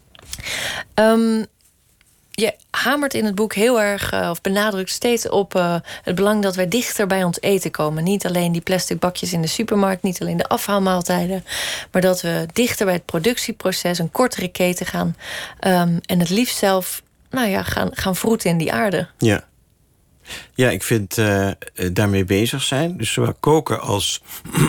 Je hamert in het boek heel erg, of benadrukt steeds op het belang dat wij dichter bij ons eten komen. Niet alleen die plastic bakjes in de supermarkt, niet alleen de afhaalmaaltijden, maar dat we dichter bij het productieproces, een kortere keten gaan. En het liefst zelf gaan vroeten in die aarde. Ja, ik vind daarmee bezig zijn. Dus zowel koken als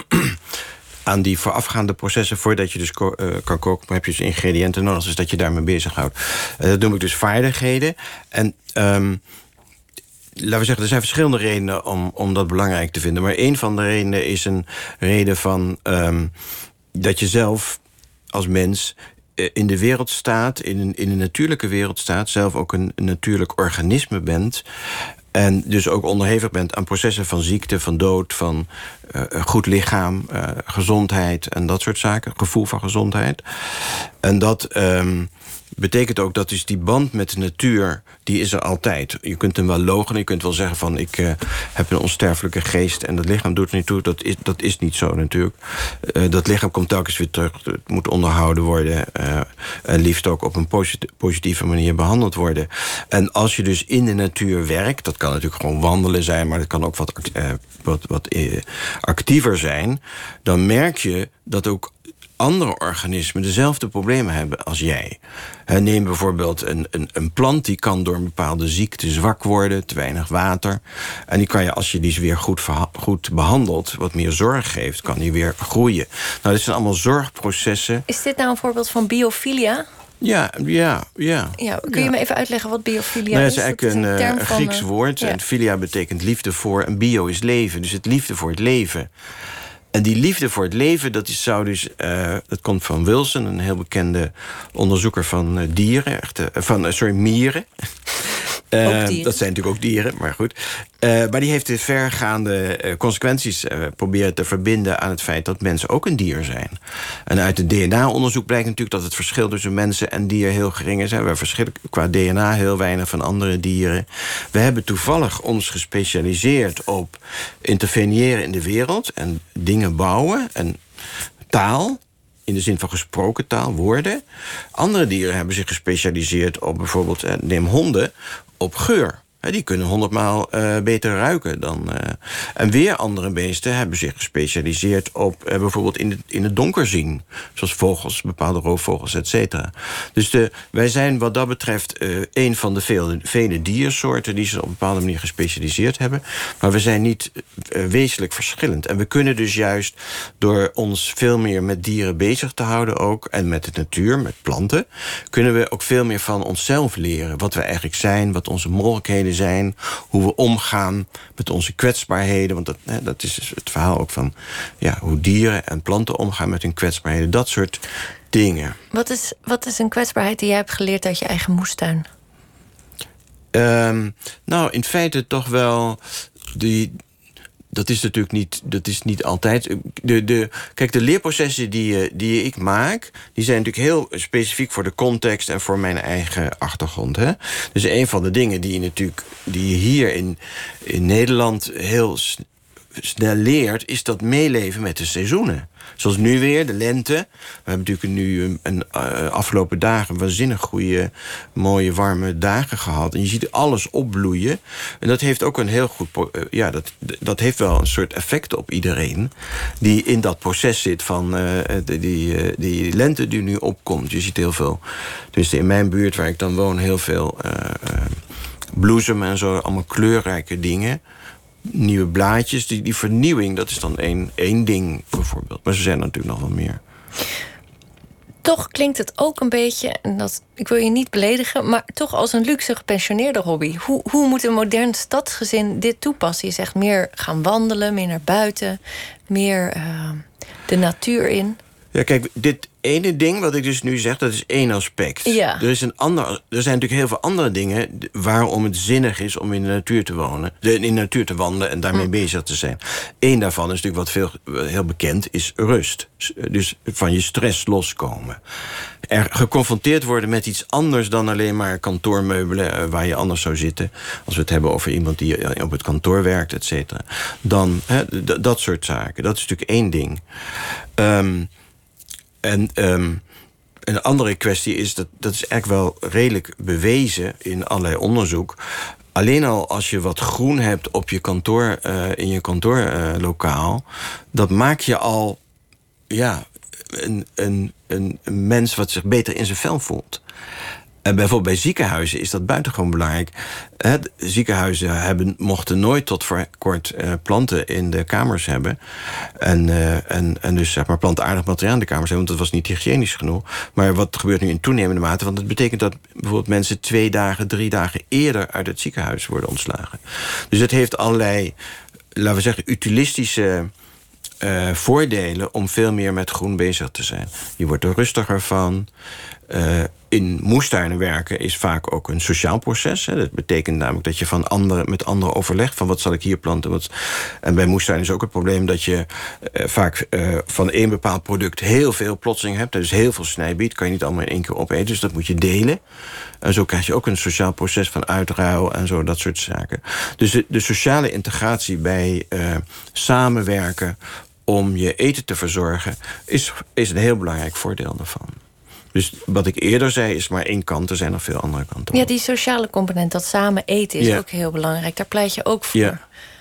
aan die voorafgaande processen, voordat je dus kan koken, heb je dus ingrediënten nodig, dus dat je daarmee bezighoudt. Dat noem ik dus vaardigheden. En laten we zeggen, er zijn verschillende redenen om dat belangrijk te vinden. Maar een van de redenen is een reden van dat je zelf als mens in de wereld staat, in een natuurlijke wereld staat, zelf ook een natuurlijk organisme bent. En dus ook onderhevig bent aan processen van ziekte, van dood, van goed lichaam, gezondheid en dat soort zaken. Gevoel van gezondheid. En dat betekent ook dat dus die band met de natuur, die is er altijd. Je kunt hem wel loochenen, je kunt wel zeggen van ik heb een onsterfelijke geest en dat lichaam doet er niet toe. Dat is niet zo natuurlijk. Dat lichaam komt telkens weer terug. Het moet onderhouden worden. En liefst ook op een positieve manier behandeld worden. En als je dus in de natuur werkt, dat kan natuurlijk gewoon wandelen zijn, maar dat kan ook wat actiever zijn, dan merk je dat ook andere organismen dezelfde problemen hebben als jij. Neem bijvoorbeeld een plant, die kan door een bepaalde ziekte zwak worden, te weinig water. En die kan je, als je die weer goed behandelt, wat meer zorg geeft, kan die weer groeien. Nou, dit zijn allemaal zorgprocessen. Is dit nou een voorbeeld van biofilia? Ja. Kun je me even uitleggen wat biofilia is? Dat is eigenlijk een Grieks woord. En filia betekent liefde voor, en bio is leven. Dus het liefde voor het leven. En die liefde voor het leven, dat komt van Wilson, een heel bekende onderzoeker van dieren. Mieren. Dat zijn natuurlijk ook dieren, maar goed. Maar die heeft de vergaande consequenties proberen te verbinden aan het feit dat mensen ook een dier zijn. En uit het DNA-onderzoek blijkt natuurlijk dat het verschil tussen mensen en dier heel gering is. We verschillen qua DNA heel weinig van andere dieren. We hebben toevallig ons gespecialiseerd op interveneren in de wereld en dingen bouwen en taal. In de zin van gesproken taal, woorden. Andere dieren hebben zich gespecialiseerd op bijvoorbeeld, neem honden, op geur. Die kunnen 100 maal beter ruiken dan. En weer andere beesten hebben zich gespecialiseerd op bijvoorbeeld in het donker zien. Zoals vogels, bepaalde roofvogels, et cetera. Dus wij zijn wat dat betreft een van de vele diersoorten die zich op een bepaalde manier gespecialiseerd hebben. Maar we zijn niet wezenlijk verschillend. En we kunnen dus juist door ons veel meer met dieren bezig te houden ook, en met de natuur, met planten, kunnen we ook veel meer van onszelf leren. Wat we eigenlijk zijn, wat onze mogelijkheden zijn, hoe we omgaan met onze kwetsbaarheden. Want dat is dus het verhaal ook van hoe dieren en planten omgaan met hun kwetsbaarheden. Dat soort dingen. Wat is een kwetsbaarheid die jij hebt geleerd uit je eigen moestuin? In feite toch wel dat is natuurlijk niet altijd. Kijk, de leerprocessen die ik maak, die zijn natuurlijk heel specifiek voor de context en voor mijn eigen achtergrond. Hè? Dus een van de dingen die je hier in Nederland snel leert, is dat meeleven met de seizoenen. Zoals nu weer, de lente. We hebben natuurlijk nu afgelopen dagen waanzinnig goede, mooie, warme dagen gehad. En je ziet alles opbloeien. En dat heeft ook een heel goed... dat heeft wel een soort effect op iedereen die in dat proces zit van die lente die nu opkomt. Je ziet heel veel, tenminste in mijn buurt waar ik dan woon, heel veel bloesem en zo, allemaal kleurrijke dingen. Nieuwe blaadjes, die vernieuwing, dat is dan één ding bijvoorbeeld. Maar ze zijn er natuurlijk nog wel meer. Toch klinkt het ook een beetje, en ik wil je niet beledigen, maar toch als een luxe gepensioneerde hobby. Hoe moet een modern stadsgezin dit toepassen? Je zegt meer gaan wandelen, meer naar buiten, meer de natuur in. Ja, kijk, dit ene ding wat ik dus nu zeg, dat is één aspect. Ja. Er zijn natuurlijk heel veel andere dingen waarom het zinnig is om in de natuur te wonen. In de natuur te wandelen en daarmee bezig te zijn. Eén daarvan is natuurlijk heel bekend, is rust. Dus van je stress loskomen. Er geconfronteerd worden met iets anders dan alleen maar kantoormeubelen waar je anders zou zitten. Als we het hebben over iemand die op het kantoor werkt, et cetera. Dan dat soort zaken. Dat is natuurlijk één ding. Een andere kwestie is, dat is eigenlijk wel redelijk bewezen in allerlei onderzoek. Alleen al als je wat groen hebt op je kantoor, in je kantoorlokaal, dat maakt je al een mens wat zich beter in zijn vel voelt. En bijvoorbeeld bij ziekenhuizen is dat buitengewoon belangrijk. Ziekenhuizen mochten nooit tot voor kort planten in de kamers hebben. En dus zeg maar plantaardig materiaal in de kamers hebben, want dat was niet hygiënisch genoeg. Maar wat gebeurt nu in toenemende mate? Want het betekent dat bijvoorbeeld mensen 2 dagen, 3 dagen eerder uit het ziekenhuis worden ontslagen. Dus het heeft allerlei, laten we zeggen, utilistische voordelen om veel meer met groen bezig te zijn. Je wordt er rustiger van. In moestuinen werken is vaak ook een sociaal proces. Dat betekent namelijk dat je met anderen overlegt van wat zal ik hier planten. En bij moestuinen is ook het probleem dat je vaak van één bepaald product heel veel plotseling hebt. Dus heel veel snijbiet, kan je niet allemaal in één keer opeten. Dus dat moet je delen. En zo krijg je ook een sociaal proces van uitruil en zo, dat soort zaken. Dus de sociale integratie bij samenwerken om je eten te verzorgen is een heel belangrijk voordeel daarvan. Dus wat ik eerder zei is maar één kant, er zijn nog veel andere kanten. Ja, die sociale component, dat samen eten is ook heel belangrijk. Daar pleit je ook voor.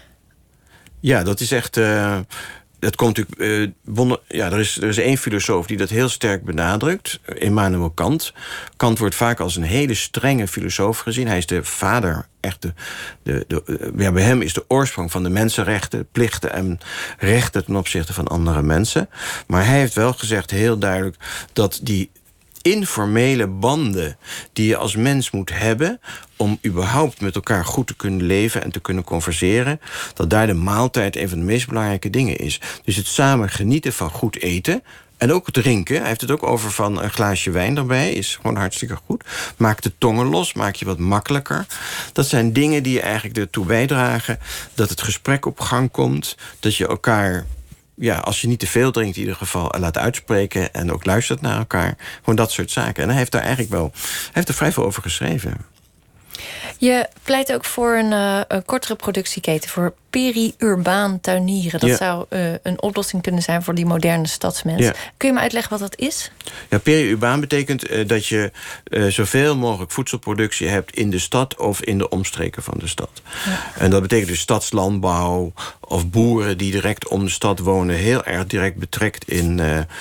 Ja, dat is echt. Dat komt natuurlijk. Er is één filosoof die dat heel sterk benadrukt. Immanuel Kant. Kant wordt vaak als een hele strenge filosoof gezien. Hij is de vader. Echt bij hem is de oorsprong van de mensenrechten, plichten en rechten ten opzichte van andere mensen. Maar hij heeft wel gezegd heel duidelijk dat die informele banden die je als mens moet hebben om überhaupt met elkaar goed te kunnen leven en te kunnen converseren, dat daar de maaltijd een van de meest belangrijke dingen is. Dus het samen genieten van goed eten en ook drinken. Hij heeft het ook over van een glaasje wijn erbij. Is gewoon hartstikke goed. Maak de tongen los, maak je wat makkelijker. Dat zijn dingen die eigenlijk ertoe bijdragen dat het gesprek op gang komt, dat je elkaar, als je niet te veel drinkt in ieder geval, laat uitspreken en ook luistert naar elkaar. Gewoon dat soort zaken. En hij heeft daar eigenlijk er vrij veel over geschreven. Je pleit ook voor een kortere productieketen, voor peri-urbaan tuinieren. Dat zou een oplossing kunnen zijn voor die moderne stadsmens. Ja. Kun je me uitleggen wat dat is? Ja, peri-urbaan betekent dat je zoveel mogelijk voedselproductie hebt in de stad of in de omstreken van de stad. Ja. En dat betekent dus stadslandbouw of boeren die direct om de stad wonen, heel erg direct betrekt in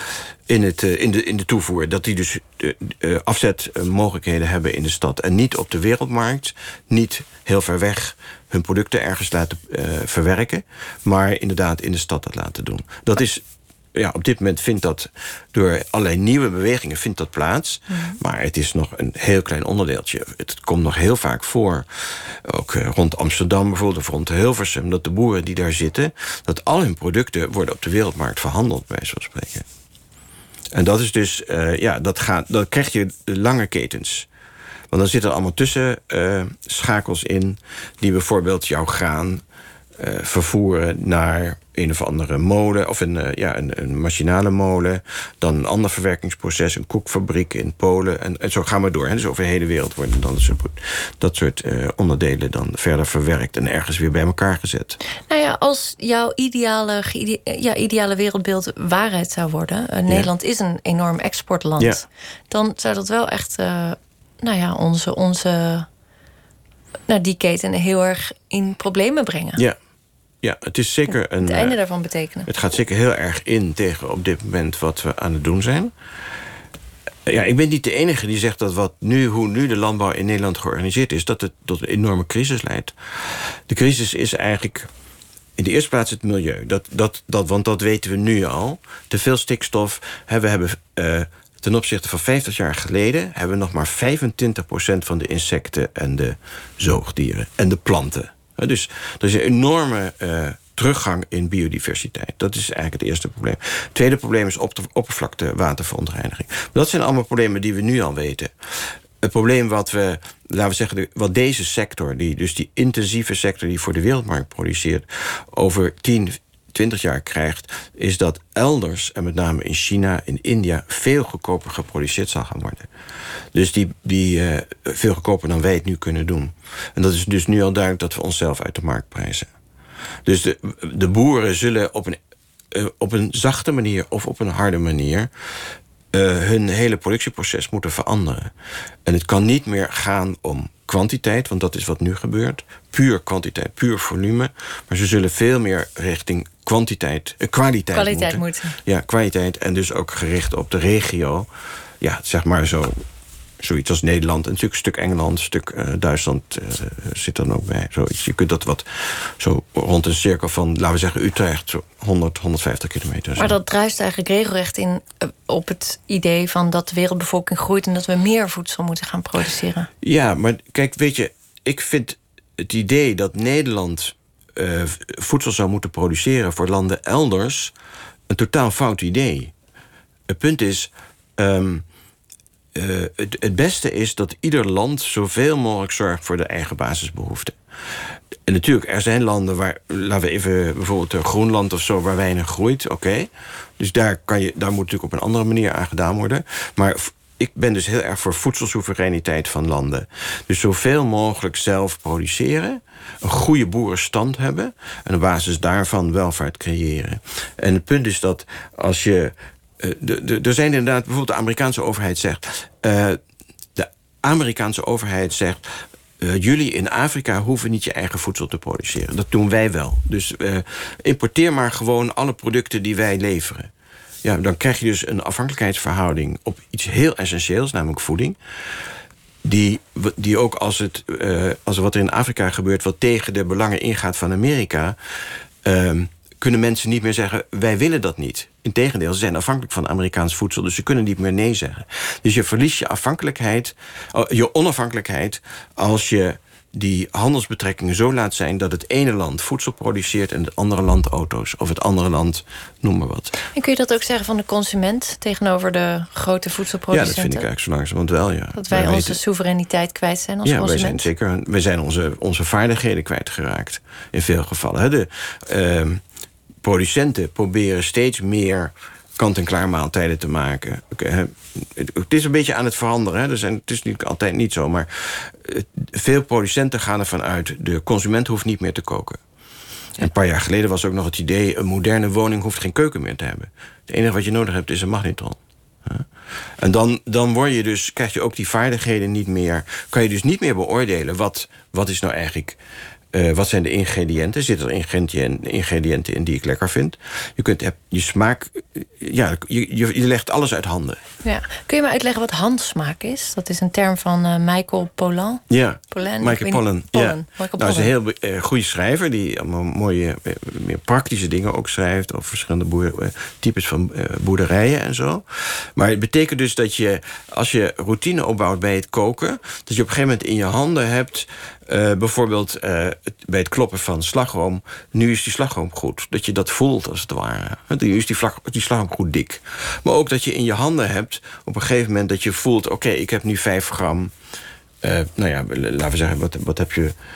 de toevoer. Dat die dus afzetmogelijkheden hebben in de stad. En niet op de wereldmarkt, niet heel ver weg hun producten ergens laten verwerken, maar inderdaad in de stad dat laten doen. Dat is, op dit moment vindt dat door allerlei nieuwe bewegingen vindt dat plaats. Maar het is nog een heel klein onderdeeltje. Het komt nog heel vaak voor, ook rond Amsterdam bijvoorbeeld, of rond Hilversum, dat de boeren die daar zitten, dat al hun producten worden op de wereldmarkt verhandeld, bij zo'n spreken. En dat is dus, dan krijg je lange ketens. Want dan zitten er allemaal tussenschakels in die bijvoorbeeld jouw graan vervoeren naar een of andere molen, of een machinale molen, dan een ander verwerkingsproces, een koekfabriek in Polen, en zo gaan we door. Dus over de hele wereld worden dan dat soort onderdelen dan verder verwerkt en ergens weer bij elkaar gezet. Nou ja, als jouw ideale wereldbeeld waarheid zou worden, Nederland is een enorm exportland, dan zou dat wel echt die keten heel erg in problemen brengen. Ja, het is zeker het einde daarvan betekenen. Het gaat zeker heel erg in tegen op dit moment wat we aan het doen zijn. Ja, ik ben niet de enige die zegt dat hoe nu de landbouw in Nederland georganiseerd is, dat het tot een enorme crisis leidt. De crisis is eigenlijk in de eerste plaats het milieu. Want dat weten we nu al. Te veel stikstof. We hebben ten opzichte van 50 jaar geleden hebben we nog maar 25% van de insecten en de zoogdieren en de planten. Dus er is een enorme teruggang in biodiversiteit. Dat is eigenlijk het eerste probleem. Het tweede probleem is oppervlaktewaterverontreiniging. Maar dat zijn allemaal problemen die we nu al weten. Het probleem wat deze sector, die intensieve sector die voor de wereldmarkt produceert, over 10, 20 jaar krijgt, is dat elders, en met name in China, in India, veel goedkoper geproduceerd zal gaan worden. Dus die veel goedkoper dan wij het nu kunnen doen. En dat is dus nu al duidelijk dat we onszelf uit de markt prijzen. Dus de boeren zullen op een zachte manier of op een harde manier hun hele productieproces moeten veranderen. En het kan niet meer gaan om kwantiteit, want dat is wat nu gebeurt. Puur kwantiteit, puur volume. Maar ze zullen veel meer richting kwaliteit moeten. Ja, kwaliteit en dus ook gericht op de regio. Ja, zeg maar zoiets als Nederland, en natuurlijk een stuk Engeland, een stuk Duitsland zit dan ook bij. Zoiets. Je kunt dat wat zo rond een cirkel van, laten we zeggen, Utrecht, zo 100, 150 kilometer. Maar dat druist eigenlijk regelrecht in op het idee van dat de wereldbevolking groeit en dat we meer voedsel moeten gaan produceren. Ja, maar kijk, weet je, ik vind het idee dat Nederland voedsel zou moeten produceren voor landen elders een totaal fout idee. Het punt is, het beste is dat ieder land zoveel mogelijk zorgt voor de eigen basisbehoeften. En natuurlijk, er zijn landen waar, laten we even bijvoorbeeld Groenland of zo, waar weinig groeit, oké. Dus daar moet natuurlijk op een andere manier aan gedaan worden. Maar ik ben dus heel erg voor voedselsoevereiniteit van landen. Dus zoveel mogelijk zelf produceren, een goede boerenstand hebben en op basis daarvan welvaart creëren. En het punt is dat als je er zijn inderdaad, bijvoorbeeld de Amerikaanse overheid zegt, jullie in Afrika hoeven niet je eigen voedsel te produceren. Dat doen wij wel. Dus importeer maar gewoon alle producten die wij leveren. Ja, dan krijg je dus een afhankelijkheidsverhouding op iets heel essentieels, namelijk voeding. Die ook als wat er in Afrika gebeurt, wat tegen de belangen ingaat van Amerika, kunnen mensen niet meer zeggen, wij willen dat niet. Integendeel, ze zijn afhankelijk van Amerikaans voedsel, dus ze kunnen niet meer nee zeggen. Dus je verliest je onafhankelijkheid als je die handelsbetrekkingen zo laat zijn dat het ene land voedsel produceert en het andere land auto's. Of het andere land, noem maar wat. En kun je dat ook zeggen van de consument tegenover de grote voedselproducenten? Ja, dat vind ik eigenlijk zo langzamerhand wel, ja. Dat wij onze soevereiniteit kwijt zijn als consument? Ja, wij zijn onze vaardigheden kwijtgeraakt in veel gevallen. De producenten proberen steeds meer kant-en-klaar maaltijden te maken. Het is een beetje aan het veranderen. Het is niet altijd niet zo, maar veel producenten gaan ervan uit, de consument hoeft niet meer te koken. Ja. Een paar jaar geleden was ook nog het idee, een moderne woning hoeft geen keuken meer te hebben. Het enige wat je nodig hebt is een magnetron. En dan krijg je ook die vaardigheden niet meer. Kan je dus niet meer beoordelen wat is nou eigenlijk, wat zijn de ingrediënten? Zitten er ingrediënten in die ik lekker vind? Je smaak, je legt alles uit handen. Ja. Kun je me uitleggen wat handsmaak is? Dat is een term van Michael Pollan. Ja, Michael Pollan. Dat is een heel goede schrijver die allemaal mooie, meer praktische dingen ook schrijft over verschillende types van boerderijen en zo. Maar het betekent dus dat je, als je routine opbouwt bij het koken, dat je op een gegeven moment in je handen hebt, bijvoorbeeld bij het kloppen van slagroom, nu is die slagroom goed. Dat je dat voelt als het ware. Nu is die slagroom goed dik. Maar ook dat je in je handen hebt op een gegeven moment dat je voelt, oké, ik heb nu 5 gram. Laten we zeggen, wat heb je?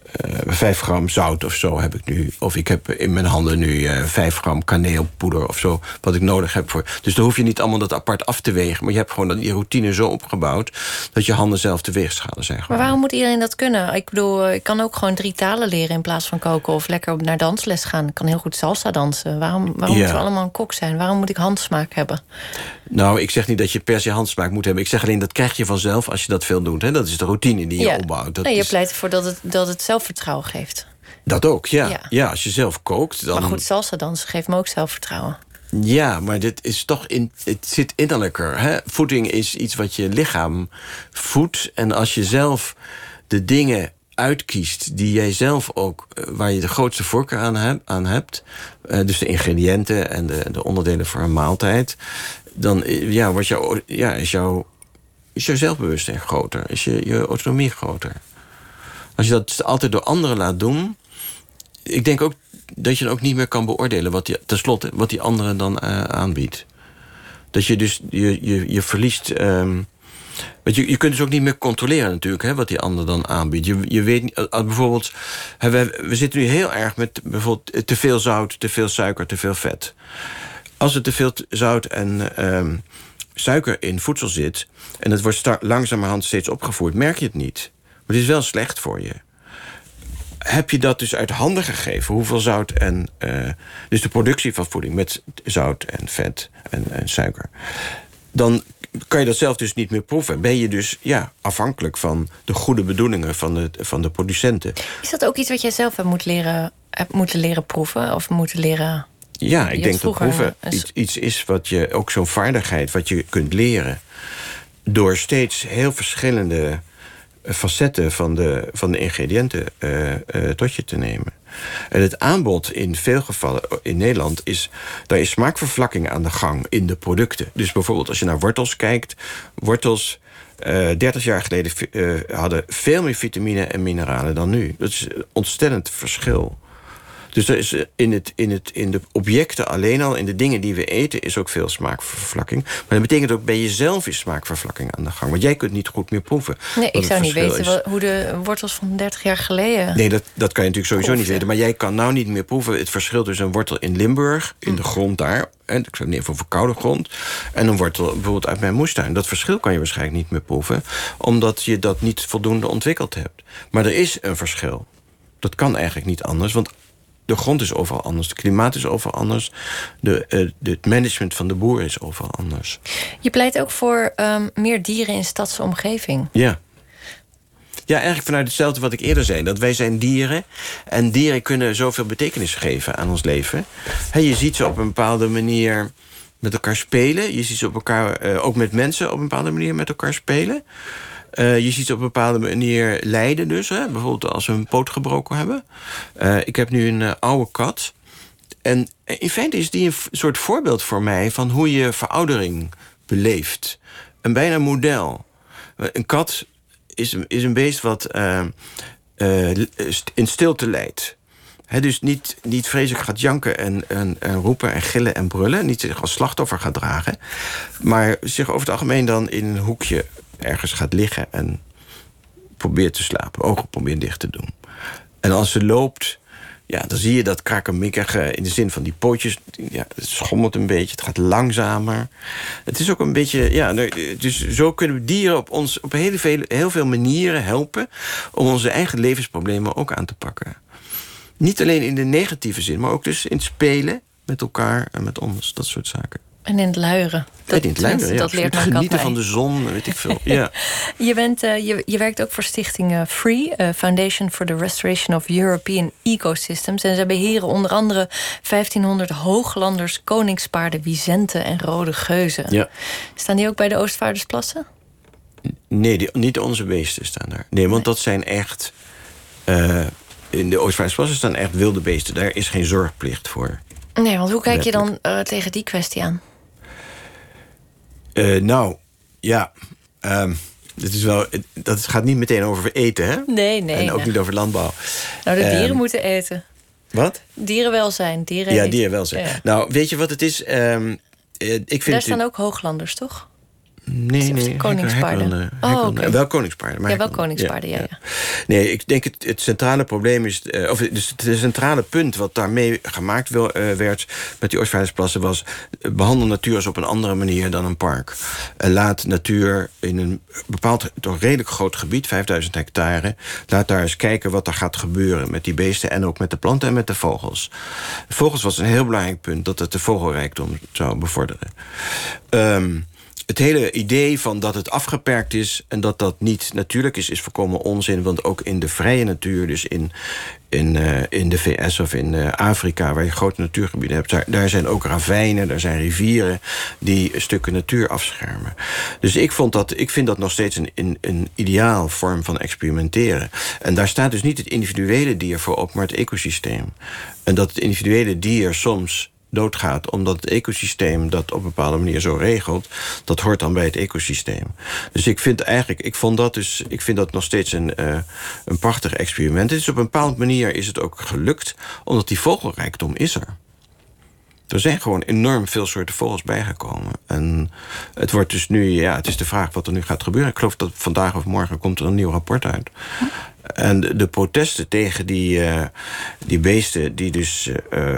5 gram zout of zo heb ik nu. Of ik heb in mijn handen nu 5 gram kaneelpoeder of zo. Wat ik nodig heb voor. Dus dan hoef je niet allemaal dat apart af te wegen. Maar je hebt gewoon die routine zo opgebouwd dat je handen zelf de weegschalen zijn. Maar waarom moet iedereen dat kunnen? Ik bedoel, ik kan ook gewoon 3 talen leren in plaats van koken. Of lekker naar dansles gaan. Ik kan heel goed salsa dansen. Waarom moeten we allemaal een kok zijn? Waarom moet ik handsmaak hebben? Nou, ik zeg niet dat je per se handsmaak moet hebben. Ik zeg alleen, dat krijg je vanzelf als je dat veel doet. Hè? Dat is de routine die je opbouwt. Je pleit ervoor dat het zelfvertrouwen geeft. Dat ook, ja. Ja, als je zelf kookt, dan... Maar goed, salsa dansen geeft me ook zelfvertrouwen. Ja, maar dit is toch het zit innerlijker. Hè? Voeding is iets wat je lichaam voedt. En als je zelf de dingen uitkiest die jij zelf ook, waar je de grootste voorkeur aan hebt, dus de ingrediënten en de onderdelen voor een maaltijd, dan is jouw zelfbewustzijn groter, is je autonomie groter. Als je dat altijd door anderen laat doen, ik denk ook dat je dan ook niet meer kan beoordelen wat die andere dan aanbiedt. Dat je dus je verliest. Want je kunt dus ook niet meer controleren natuurlijk, hè, wat die ander dan aanbiedt. Je weet bijvoorbeeld, we zitten nu heel erg met bijvoorbeeld te veel zout, te veel suiker, te veel vet. Als er te veel zout en suiker in voedsel zit en het wordt langzamerhand steeds opgevoerd, merk je het niet. Maar het is wel slecht voor je. Heb je dat dus uit handen gegeven, hoeveel zout en dus de productie van voeding met zout en vet en suiker, dan kan je dat zelf dus niet meer proeven. Ben je dus afhankelijk van de goede bedoelingen van de producenten. Is dat ook iets wat jij zelf hebt moeten leren proeven? Of moeten leren... Ja, ik denk dat proeven iets is wat je, ook zo'n vaardigheid, wat je kunt leren door steeds heel verschillende facetten van de ingrediënten tot je te nemen. En het aanbod in veel gevallen in Nederland daar is smaakvervlakking aan de gang in de producten. Dus bijvoorbeeld als je naar wortels kijkt, wortels 30 jaar geleden hadden veel meer vitamine en mineralen dan nu. Dat is een ontstellend verschil. Dus er is in de objecten alleen al, in de dingen die we eten, is ook veel smaakvervlakking. Maar dat betekent ook bij jezelf is smaakvervlakking aan de gang. Want jij kunt niet goed meer proeven. Nee, ik zou niet weten hoe de wortels van 30 jaar geleden... Nee, dat kan je natuurlijk sowieso niet weten. Maar jij kan nou niet meer proeven het verschil tussen een wortel in Limburg, in de grond daar, en ik zou niet even over koude grond, en een wortel bijvoorbeeld uit mijn moestuin. Dat verschil kan je waarschijnlijk niet meer proeven, omdat je dat niet voldoende ontwikkeld hebt. Maar er is een verschil. Dat kan eigenlijk niet anders, want de grond is overal anders, het klimaat is overal anders, het management van de boer is overal anders. Je pleit ook voor meer dieren in stadse omgeving. Ja. Ja, eigenlijk vanuit hetzelfde wat ik eerder zei. Dat wij zijn dieren. En dieren kunnen zoveel betekenis geven aan ons leven. Je ziet ze op een bepaalde manier met elkaar spelen. Je ziet ze op elkaar, ook met mensen op een bepaalde manier met elkaar spelen. Je ziet ze op een bepaalde manier lijden dus. Hè? Bijvoorbeeld als ze een poot gebroken hebben. Ik heb nu een oude kat. En in feite is die een soort voorbeeld voor mij van hoe je veroudering beleeft. Een bijna model. Een kat is een beest wat in stilte lijdt. Dus niet vreselijk gaat janken en roepen en gillen en brullen. Niet zich als slachtoffer gaat dragen. Maar zich over het algemeen dan in een hoekje ergens gaat liggen en probeert te slapen. Ogen probeert dicht te doen. En als ze loopt, dan zie je dat krakkemikkige in de zin van die pootjes. Ja, het schommelt een beetje, het gaat langzamer. Het is ook een beetje, dus zo kunnen we dieren op heel veel manieren helpen om onze eigen levensproblemen ook aan te pakken. Niet alleen in de negatieve zin, maar ook dus in het spelen met elkaar en met ons, dat soort zaken. En in het luieren. Dat leert mijn kat genieten van de zon, weet ik veel. Ja. Je werkt ook voor stichting FREE, Foundation for the Restoration of European Ecosystems. En zij beheren onder andere 1500 hooglanders, koningspaarden, wisenten en rode geuzen. Ja. Staan die ook bij de Oostvaardersplassen? Nee, niet onze beesten staan daar. Nee, want dat zijn echt in de Oostvaardersplassen staan echt wilde beesten. Daar is geen zorgplicht voor. Nee, want hoe kijk je dan tegen die kwestie aan? Dat gaat niet meteen over eten, hè? Nee. En ook niet over landbouw. Nou, de dieren moeten eten. Wat? Dierenwelzijn. Dierenwelzijn. Ja. Nou, weet je wat het is? Daar staan ook hooglanders, toch? Nee. Koningspaarden. Okay. Wel koningspaarden. Maar wel koningspaarden, ja. Nee, ik denk het centrale probleem is... dus het centrale punt wat daarmee gemaakt werd... met die Oostvaardersplassen was... behandel natuur als op een andere manier dan een park. Laat natuur in een bepaald, toch redelijk groot gebied... 5000 hectare... laat daar eens kijken wat er gaat gebeuren... met die beesten en ook met de planten en met de vogels. De vogels was een heel belangrijk punt... dat het de vogelrijkdom zou bevorderen. Het hele idee van dat het afgeperkt is... en dat dat niet natuurlijk is volkomen onzin. Want ook in de vrije natuur, dus in de VS of in Afrika... waar je grote natuurgebieden hebt... daar zijn ook ravijnen, daar zijn rivieren... die stukken natuur afschermen. Dus ik vind dat nog steeds een ideaal vorm van experimenteren. En daar staat dus niet het individuele dier voor op... maar het ecosysteem. En dat het individuele dier soms... doodgaat, omdat het ecosysteem dat op een bepaalde manier zo regelt, dat hoort dan bij het ecosysteem. Dus ik vind dat nog steeds een prachtig experiment. Het is op een bepaalde manier is het ook gelukt, omdat die vogelrijkdom is er. Er zijn gewoon enorm veel soorten vogels bijgekomen. En het wordt dus nu, het is de vraag wat er nu gaat gebeuren. Ik geloof dat vandaag of morgen komt er een nieuw rapport uit. En de protesten tegen die beesten die dus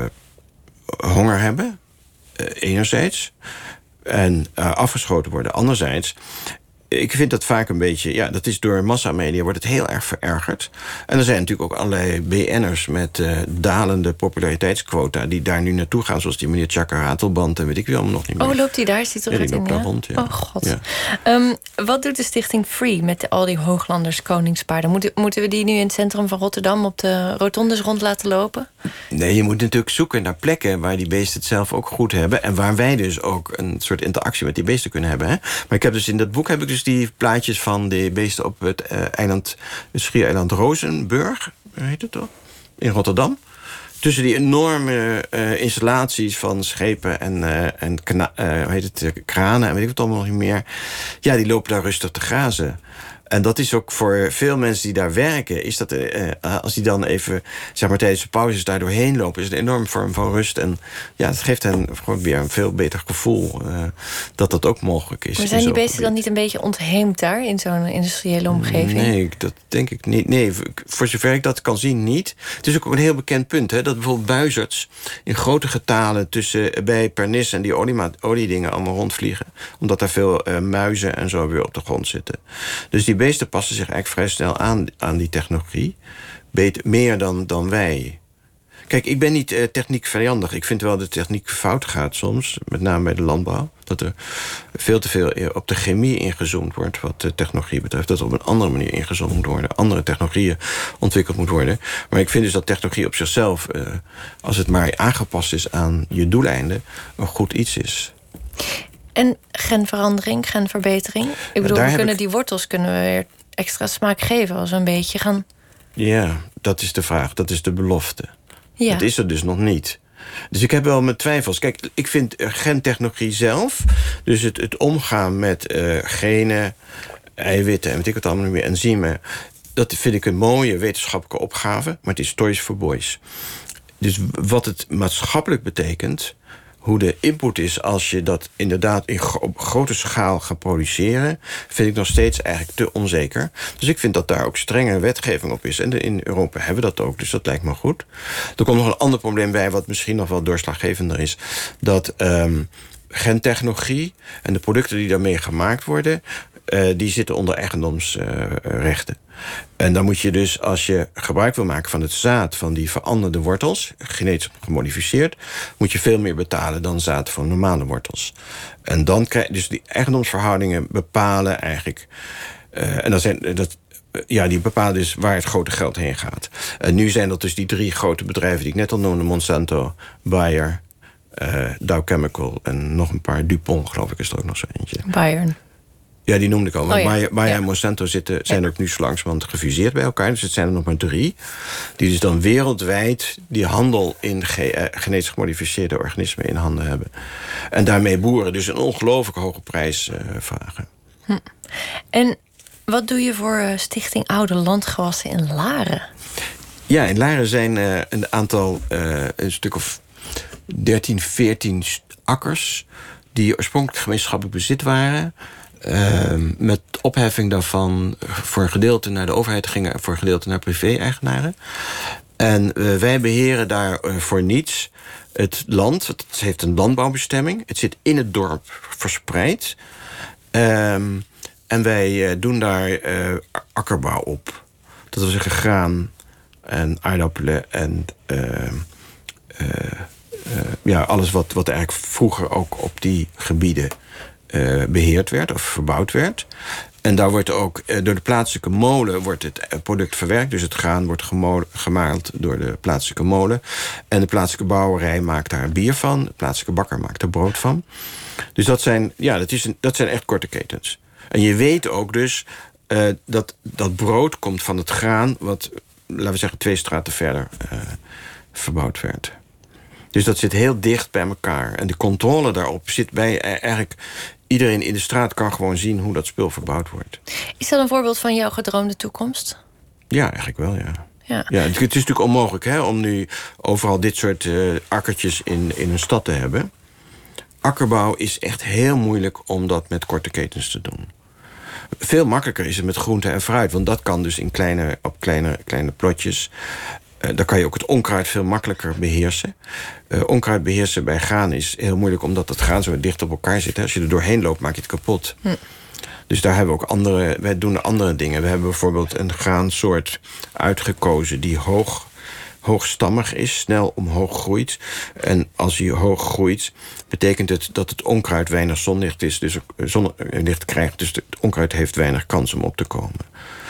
honger hebben, enerzijds, en afgeschoten worden, anderzijds. Ik vind dat vaak een beetje... dat is door massamedia wordt het heel erg verergerd. En er zijn natuurlijk ook allerlei BN'ers met dalende populariteitsquota... die daar nu naartoe gaan, zoals die meneer Tjakker Ratelband... en weet ik wel nog niet meer. Oh, loopt hij daar? Zit er goed in, ja? Rond, ja. Oh, god. Ja. Wat doet de stichting Free met al die Hooglanders koningspaarden? Moeten we die nu in het centrum van Rotterdam... op de rotondes rond laten lopen? Nee, je moet natuurlijk zoeken naar plekken... waar die beesten het zelf ook goed hebben... en waar wij dus ook een soort interactie met die beesten kunnen hebben. Hè? Maar ik heb dus in dat boek die plaatjes van de beesten op het schiereiland Rozenburg, heet het toch? In Rotterdam. Tussen die enorme installaties van schepen en kranen en weet ik wat allemaal nog niet meer. Ja, die lopen daar rustig te grazen. En dat is ook voor veel mensen die daar werken... is dat als die dan even, zeg maar tijdens de pauzes daar doorheen lopen... is het een enorme vorm van rust. En ja, het geeft hen gewoon weer een veel beter gevoel... dat dat ook mogelijk is. Maar zijn die beesten dan niet een beetje ontheemd daar... in zo'n industriële omgeving? Nee, dat denk ik niet. Nee, voor zover ik dat kan zien, niet. Het is ook een heel bekend punt, hè, dat bijvoorbeeld buizerds... in grote getalen bij Pernis en die oliedingen allemaal rondvliegen. Omdat daar veel muizen en zo weer op de grond zitten. Dus die beesten passen zich eigenlijk vrij snel aan die technologie. Meer dan wij. Kijk, ik ben niet techniek vijandig. Ik vind wel dat de techniek fout gaat soms. Met name bij de landbouw. Dat er veel te veel op de chemie ingezoomd wordt... wat de technologie betreft. Dat er op een andere manier ingezoomd moet worden. Andere technologieën ontwikkeld moet worden. Maar ik vind dus dat technologie op zichzelf... als het maar aangepast is aan je doeleinden... een goed iets is. En genverandering, genverbetering? Ik bedoel, die wortels kunnen we weer extra smaak geven... als we een beetje gaan... Ja, dat is de vraag. Dat is de belofte. Ja. Dat is er dus nog niet. Dus ik heb wel mijn twijfels. Kijk, ik vind gentechnologie zelf... dus het omgaan met genen, eiwitten... en weet ik wat allemaal meer, enzymen... dat vind ik een mooie wetenschappelijke opgave... maar het is toys for boys. Dus wat het maatschappelijk betekent... hoe de input is als je dat inderdaad op grote schaal gaat produceren... vind ik nog steeds eigenlijk te onzeker. Dus ik vind dat daar ook strenge wetgeving op is. En in Europa hebben we dat ook, dus dat lijkt me goed. Er komt nog een ander probleem bij... wat misschien nog wel doorslaggevender is. Dat gentechnologie en de producten die daarmee gemaakt worden... die zitten onder eigendomsrechten. En dan moet je dus, als je gebruik wil maken van het zaad... van die veranderde wortels, genetisch gemodificeerd... moet je veel meer betalen dan zaad van normale wortels. En dan krijg je dus die eigendomsverhoudingen bepalen eigenlijk... die bepalen dus waar het grote geld heen gaat. En nu zijn dat dus die 3 grote bedrijven die ik net al noemde... Monsanto, Bayer, Dow Chemical en nog een paar... Dupont, geloof ik, is er ook nog zo eentje. Bayern. Ja, die noemde ik al. Maar Bayer en Monsanto zijn ook nu zo langzamerhand gefuseerd bij elkaar. Dus het zijn er nog maar 3. Die dus dan wereldwijd die handel in genetisch gemodificeerde organismen in handen hebben. En daarmee boeren dus een ongelooflijk hoge prijs vragen. En wat doe je voor Stichting Oude Landgewassen in Laren? Ja, in Laren zijn een aantal, een stuk of 13, 14 akkers... die oorspronkelijk gemeenschappelijk bezit waren... Met opheffing daarvan voor een gedeelte naar de overheid gingen... voor een gedeelte naar privé-eigenaren. En wij beheren daar voor niets het land. Het heeft een landbouwbestemming. Het zit in het dorp verspreid. En wij doen daar akkerbouw op. Dat wil zeggen graan en aardappelen en alles wat eigenlijk vroeger ook op die gebieden beheerd werd of verbouwd werd. En daar wordt ook door de plaatselijke molen wordt het product verwerkt. Dus het graan wordt gemaald door de plaatselijke molen. En de plaatselijke brouwerij maakt daar bier van. De plaatselijke bakker maakt er brood van. Dus dat zijn echt korte ketens. En je weet ook dus dat brood komt van het graan wat, laten we zeggen, 2 straten verder verbouwd werd. Dus dat zit heel dicht bij elkaar. En de controle daarop zit bij eigenlijk... Iedereen in de straat kan gewoon zien hoe dat spul verbouwd wordt. Is dat een voorbeeld van jouw gedroomde toekomst? Ja, eigenlijk wel, ja. Het is natuurlijk onmogelijk om nu overal dit soort akkertjes in een stad te hebben. Akkerbouw is echt heel moeilijk om dat met korte ketens te doen. Veel makkelijker is het met groente en fruit. Want dat kan dus op kleine plotjes. Dan kan je ook het onkruid veel makkelijker beheersen. Onkruid beheersen bij graan is heel moeilijk... omdat het graan zo dicht op elkaar zit. Hè. Als je er doorheen loopt, maak je het kapot. Dus daar hebben we ook wij doen andere dingen. We hebben bijvoorbeeld een graansoort uitgekozen... die hoogstammig is, snel omhoog groeit. En als hij hoog groeit, betekent het dat het onkruid weinig zonlicht is. Dus zonlicht krijgt, dus het onkruid heeft weinig kans om op te komen.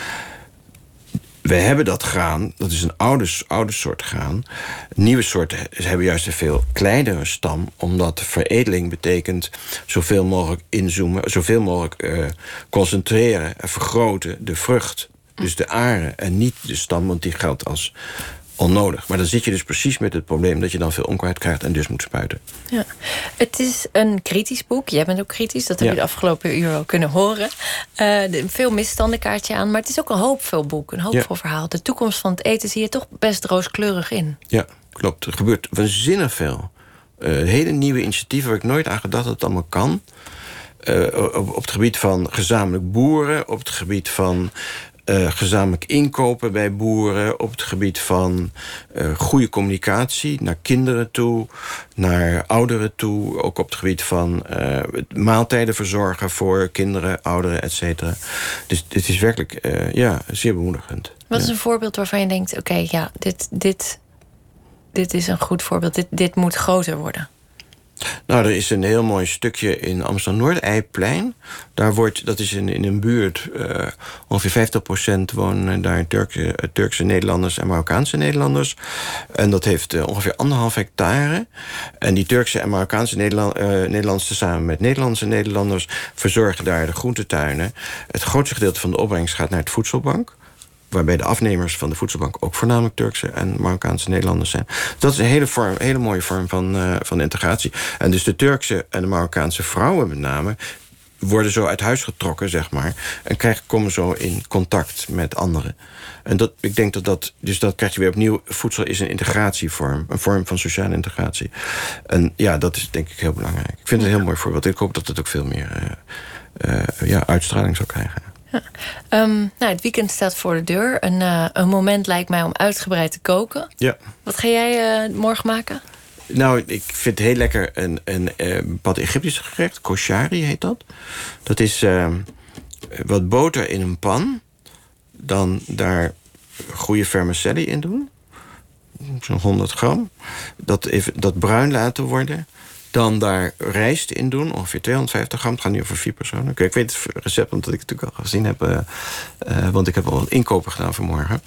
We hebben dat graan, dat is een oude soort graan. Nieuwe soorten hebben juist een veel kleinere stam... omdat veredeling betekent zoveel mogelijk inzoomen... zoveel mogelijk concentreren en vergroten de vrucht. Dus de aren en niet de stam, want die geldt als onnodig. Maar dan zit je dus precies met het probleem... dat je dan veel onkruid krijgt en dus moet spuiten. Ja. Het is een kritisch boek. Jij bent ook kritisch. Dat heb je de afgelopen uur wel kunnen horen. Veel misstanden kaart je aan. Maar het is ook een hoopvol boek. Een hoopvol verhaal. De toekomst van het eten zie je toch best rooskleurig in. Ja, klopt. Er gebeurt waanzinnig veel. Hele nieuwe initiatieven waar ik nooit aan gedacht dat het allemaal kan. Op het gebied van gezamenlijk boeren. Op het gebied van... gezamenlijk inkopen bij boeren... op het gebied van goede communicatie naar kinderen toe... naar ouderen toe. Ook op het gebied van maaltijden verzorgen... voor kinderen, ouderen, et cetera. Dus dit is werkelijk zeer bemoedigend. Wat is een voorbeeld waarvan je denkt... oké, dit is een goed voorbeeld. Dit moet groter worden. Nou, er is een heel mooi stukje in Amsterdam-Noord, Eiplein. Dat is in een buurt, ongeveer 50% wonen daar Turkse Nederlanders en Marokkaanse Nederlanders. En dat heeft ongeveer 1,5 hectare. En die Turkse en Marokkaanse Nederlanders samen met Nederlandse Nederlanders verzorgen daar de groentetuinen. Het grootste gedeelte van de opbrengst gaat naar het voedselbank. Waarbij de afnemers van de voedselbank ook voornamelijk Turkse en Marokkaanse Nederlanders zijn. Dat is een hele mooie vorm van integratie. En dus de Turkse en de Marokkaanse vrouwen met name worden zo uit huis getrokken, zeg maar. En komen zo in contact met anderen. En ik denk dat krijg je weer opnieuw. Voedsel is een integratievorm. Een vorm van sociale integratie. En ja, dat is denk ik heel belangrijk. Ik vind het een heel mooi voorbeeld. Ik hoop dat het ook veel meer uitstraling zal krijgen. Ja. Het weekend staat voor de deur. Een moment lijkt mij om uitgebreid te koken. Ja. Wat ga jij morgen maken? Nou, ik vind het heel lekker een pad Egyptisch gerecht. Koshari heet dat. Dat is wat boter in een pan. Dan daar goede vermicelli in doen. Zo'n 100 gram. Dat bruin laten worden. Dan daar rijst in doen, ongeveer 250 gram. Het gaat nu over 4 personen. Okay, ik weet het recept, omdat ik het natuurlijk al gezien heb. Want ik heb al wat inkopen gedaan vanmorgen.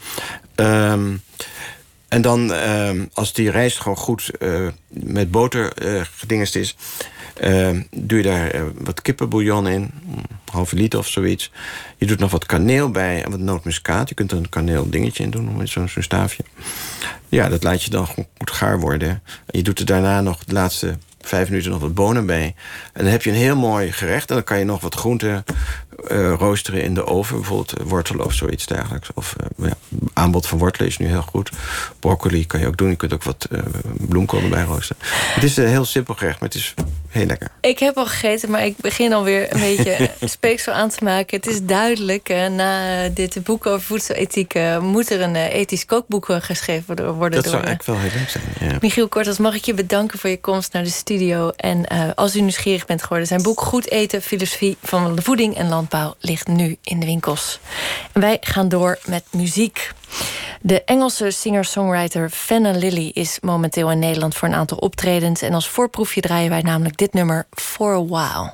En dan, als die rijst gewoon goed met boter gedingest is... doe je daar wat kippenbouillon in. 1,5 liter of zoiets. Je doet nog wat kaneel bij en wat nootmuskaat. Je kunt er een kaneel dingetje in doen, met zo'n staafje. Ja, dat laat je dan goed gaar worden. En je doet er daarna nog de laatste 5 minuten nog wat bonen bij. En dan heb je een heel mooi gerecht. En dan kan je nog wat groenten roosteren in de oven. Bijvoorbeeld wortelen of zoiets dergelijks. Of aanbod van wortelen is nu heel goed. Broccoli kan je ook doen. Je kunt ook wat bloemkool erbij roosteren. Het is een heel simpel gerecht, maar het is Heel lekker. Ik heb al gegeten, maar ik begin alweer een beetje speeksel aan te maken. Het is duidelijk, na dit boek over voedselethiek moet er een ethisch kookboek geschreven worden. Dat zou eigenlijk wel heel leuk zijn. Ja. Michiel Kortels, mag ik je bedanken voor je komst naar de studio. En als u nieuwsgierig bent geworden, zijn boek Goed eten, filosofie van de voeding en landbouw ligt nu in de winkels. En wij gaan door met muziek. De Engelse singer-songwriter Fenna Lily is momenteel in Nederland voor een aantal optredens. En als voorproefje draaien wij namelijk dit nummer For a While.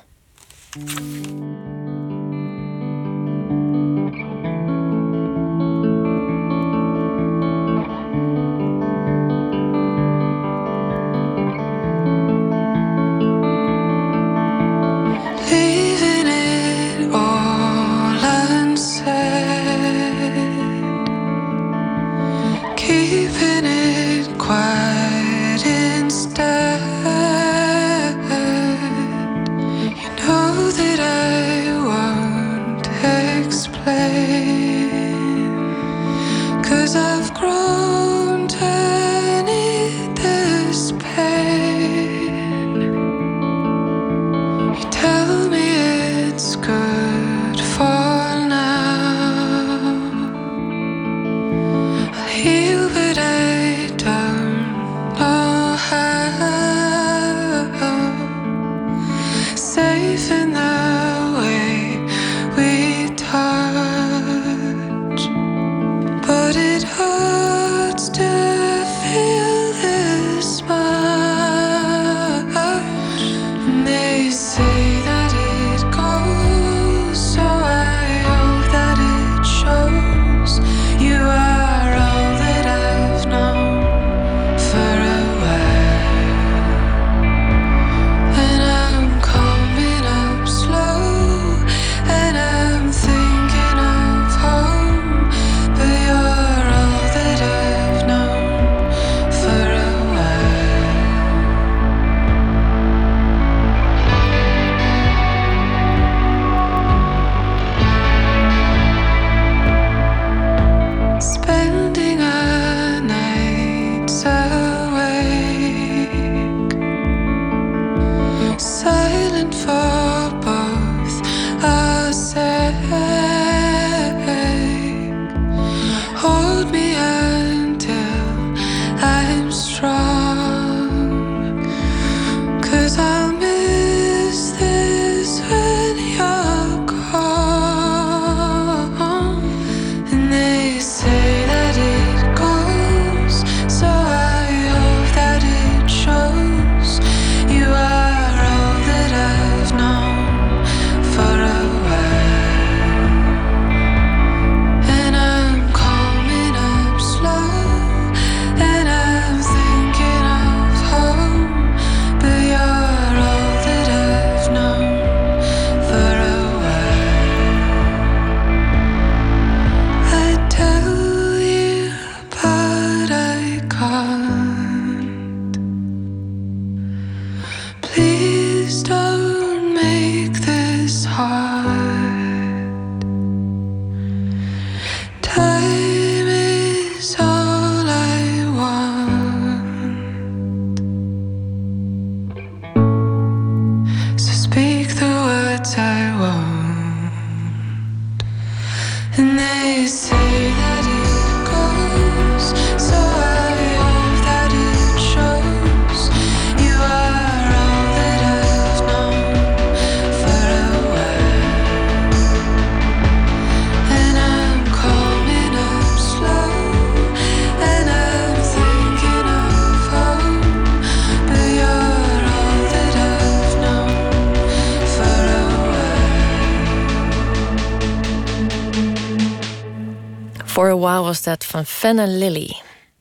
For a While was dat van Fenna Lily.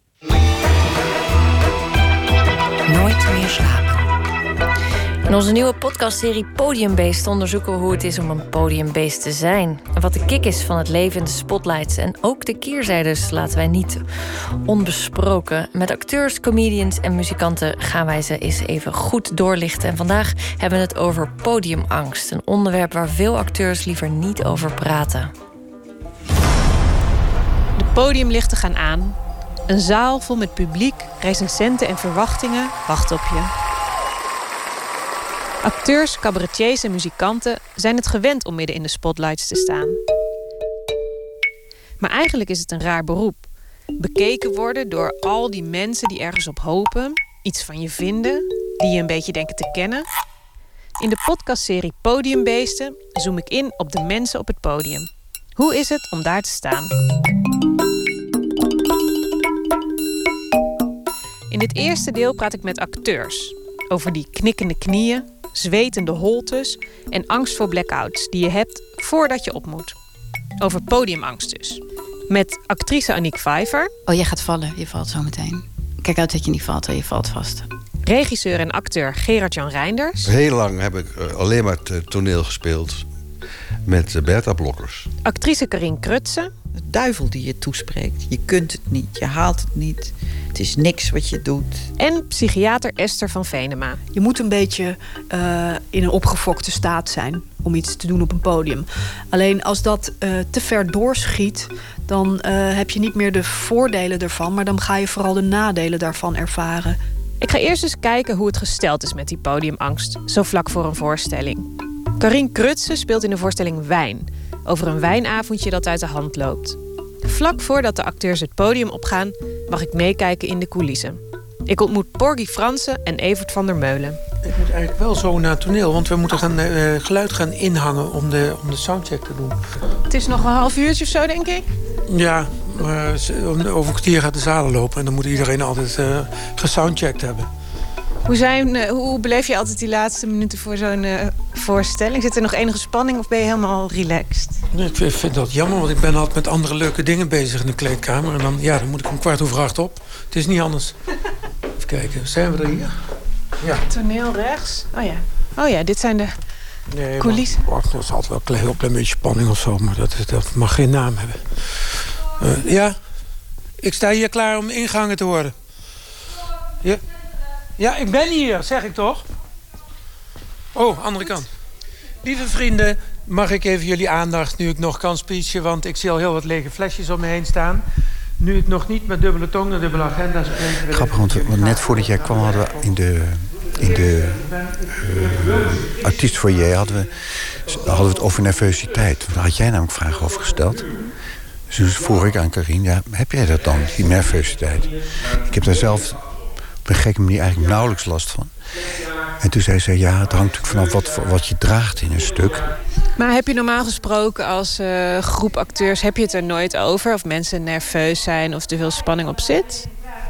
Nooit meer slapen. In onze nieuwe podcastserie Podiumbeest onderzoeken we hoe het is om een podiumbeest te zijn. En wat de kick is van het leven in de spotlights. En ook de keerzijdes laten wij niet onbesproken. Met acteurs, comedians en muzikanten gaan wij ze eens even goed doorlichten. En vandaag hebben we het over podiumangst. Een onderwerp waar veel acteurs liever niet over praten. De podiumlichten gaan aan. Een zaal vol met publiek, recensenten en verwachtingen wacht op je. Acteurs, cabaretiers en muzikanten zijn het gewend om midden in de spotlights te staan. Maar eigenlijk is het een raar beroep. Bekeken worden door al die mensen die ergens op hopen, iets van je vinden, die je een beetje denken te kennen. In de podcastserie Podiumbeesten zoom ik in op de mensen op het podium. Hoe is het om daar te staan? In dit eerste deel praat ik met acteurs over die knikkende knieën, zwetende holtes en angst voor blackouts die je hebt voordat je op moet. Over podiumangst dus. Met actrice Aniek Vijver. Oh, jij gaat vallen. Je valt zo meteen. Kijk uit dat je niet valt, je valt vast. Regisseur en acteur Gerard-Jan Reinders. Heel lang heb ik alleen maar toneel gespeeld met beta-blokkers. Actrice Carien Krutse. De duivel die je toespreekt. Je kunt het niet, je haalt het niet. Het is niks wat je doet. En psychiater Esther van Venema. Je moet een beetje in een opgefokte staat zijn om iets te doen op een podium. Alleen als dat te ver doorschiet, dan heb je niet meer de voordelen ervan, maar dan ga je vooral de nadelen daarvan ervaren. Ik ga eerst eens kijken hoe het gesteld is met die podiumangst, zo vlak voor een voorstelling. Carien Krutse speelt in de voorstelling Wijn, over een wijnavondje dat uit de hand loopt. Vlak voordat de acteurs het podium opgaan, mag ik meekijken in de coulissen. Ik ontmoet Porgy Fransen en Evert van der Meulen. Ik moet eigenlijk wel zo naar het toneel, want we moeten geluid gaan inhangen om de soundcheck te doen. Het is nog een half uurtje of zo, denk ik? Ja, over een kwartier gaat de zalen lopen en dan moet iedereen altijd gesoundcheckt hebben. Hoe beleef je altijd die laatste minuten voor zo'n voorstelling? Zit er nog enige spanning of ben je helemaal relaxed? Nee, ik vind dat jammer, want ik ben altijd met andere leuke dingen bezig in de kleedkamer. En dan moet ik om 7:15 op. Het is niet anders. Even kijken, zijn we er hier? Ja. Toneel rechts. Oh ja, dit zijn de coulissen. Er is altijd wel een heel klein beetje spanning of zo, maar dat mag geen naam hebben. Ja, ik sta hier klaar om ingehangen te worden. Ja. Ja, ik ben hier, zeg ik toch? Oh, andere kant. Lieve vrienden, mag ik even jullie aandacht nu ik nog kan speechen, want ik zie al heel wat lege flesjes om me heen staan. Nu ik nog niet met dubbele tong naar dubbele agenda spreek. Grappig, want net voordat jij kwam hadden we in de artiestfoyer hadden we het over nervositeit. Daar had jij namelijk vragen over gesteld. Dus vroeg ik aan Carien, ja, heb jij dat dan, die nervositeit? Ik heb daar zelf op een gekke manier eigenlijk nauwelijks last van. En toen zei ze, ja, het hangt natuurlijk vanaf wat je draagt in een stuk. Maar heb je normaal gesproken als groep acteurs, heb je het er nooit over? Of mensen nerveus zijn of te veel spanning op zit?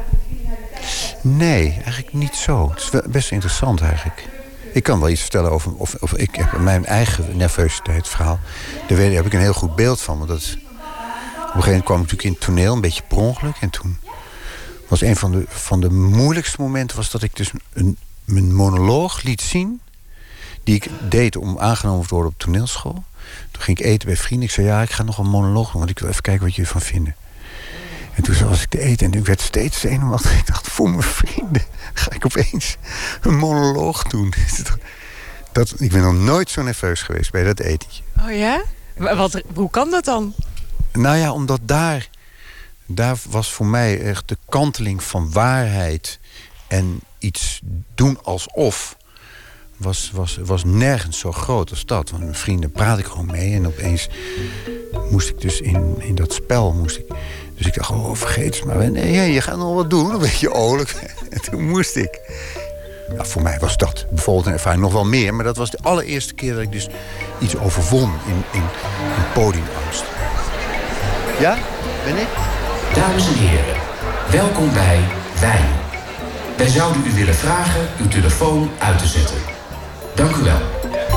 Nee, eigenlijk niet zo. Het is wel best interessant eigenlijk. Ik kan wel iets vertellen over of ik heb mijn eigen nervositeitsverhaal. Daar heb ik een heel goed beeld van. Want op een gegeven moment kwam ik natuurlijk in het toneel, een beetje per ongeluk. En toen was een van de moeilijkste momenten was dat ik dus mijn monoloog liet zien die ik deed om aangenomen te worden op toneelschool. Toen ging ik eten bij vrienden. Ik zei, ja, ik ga nog een monoloog doen, want ik wil even kijken wat jullie van vinden. En toen was ik te eten en ik werd steeds zenuwachtig. Ik dacht, voor mijn vrienden ga ik opeens een monoloog doen. Ik ben nog nooit zo nerveus geweest bij dat etentje. Oh ja? Hoe kan dat dan? Nou ja, omdat daar was voor mij echt de kanteling van waarheid en iets doen alsof was nergens zo groot als dat. Want mijn vrienden praat ik gewoon mee en opeens moest ik dus in dat spel Dus ik dacht, oh, vergeet het maar. Nee, je gaat nog wat doen, een beetje oorlijk. En toen moest ik. Ja, voor mij was dat bijvoorbeeld een ervaring nog wel meer. Maar dat was de allereerste keer dat ik dus iets overwon in podiumangst. Ja, ben ik? Dames en heren, welkom bij Wijn. Wij zouden u willen vragen uw telefoon uit te zetten. Dank u wel.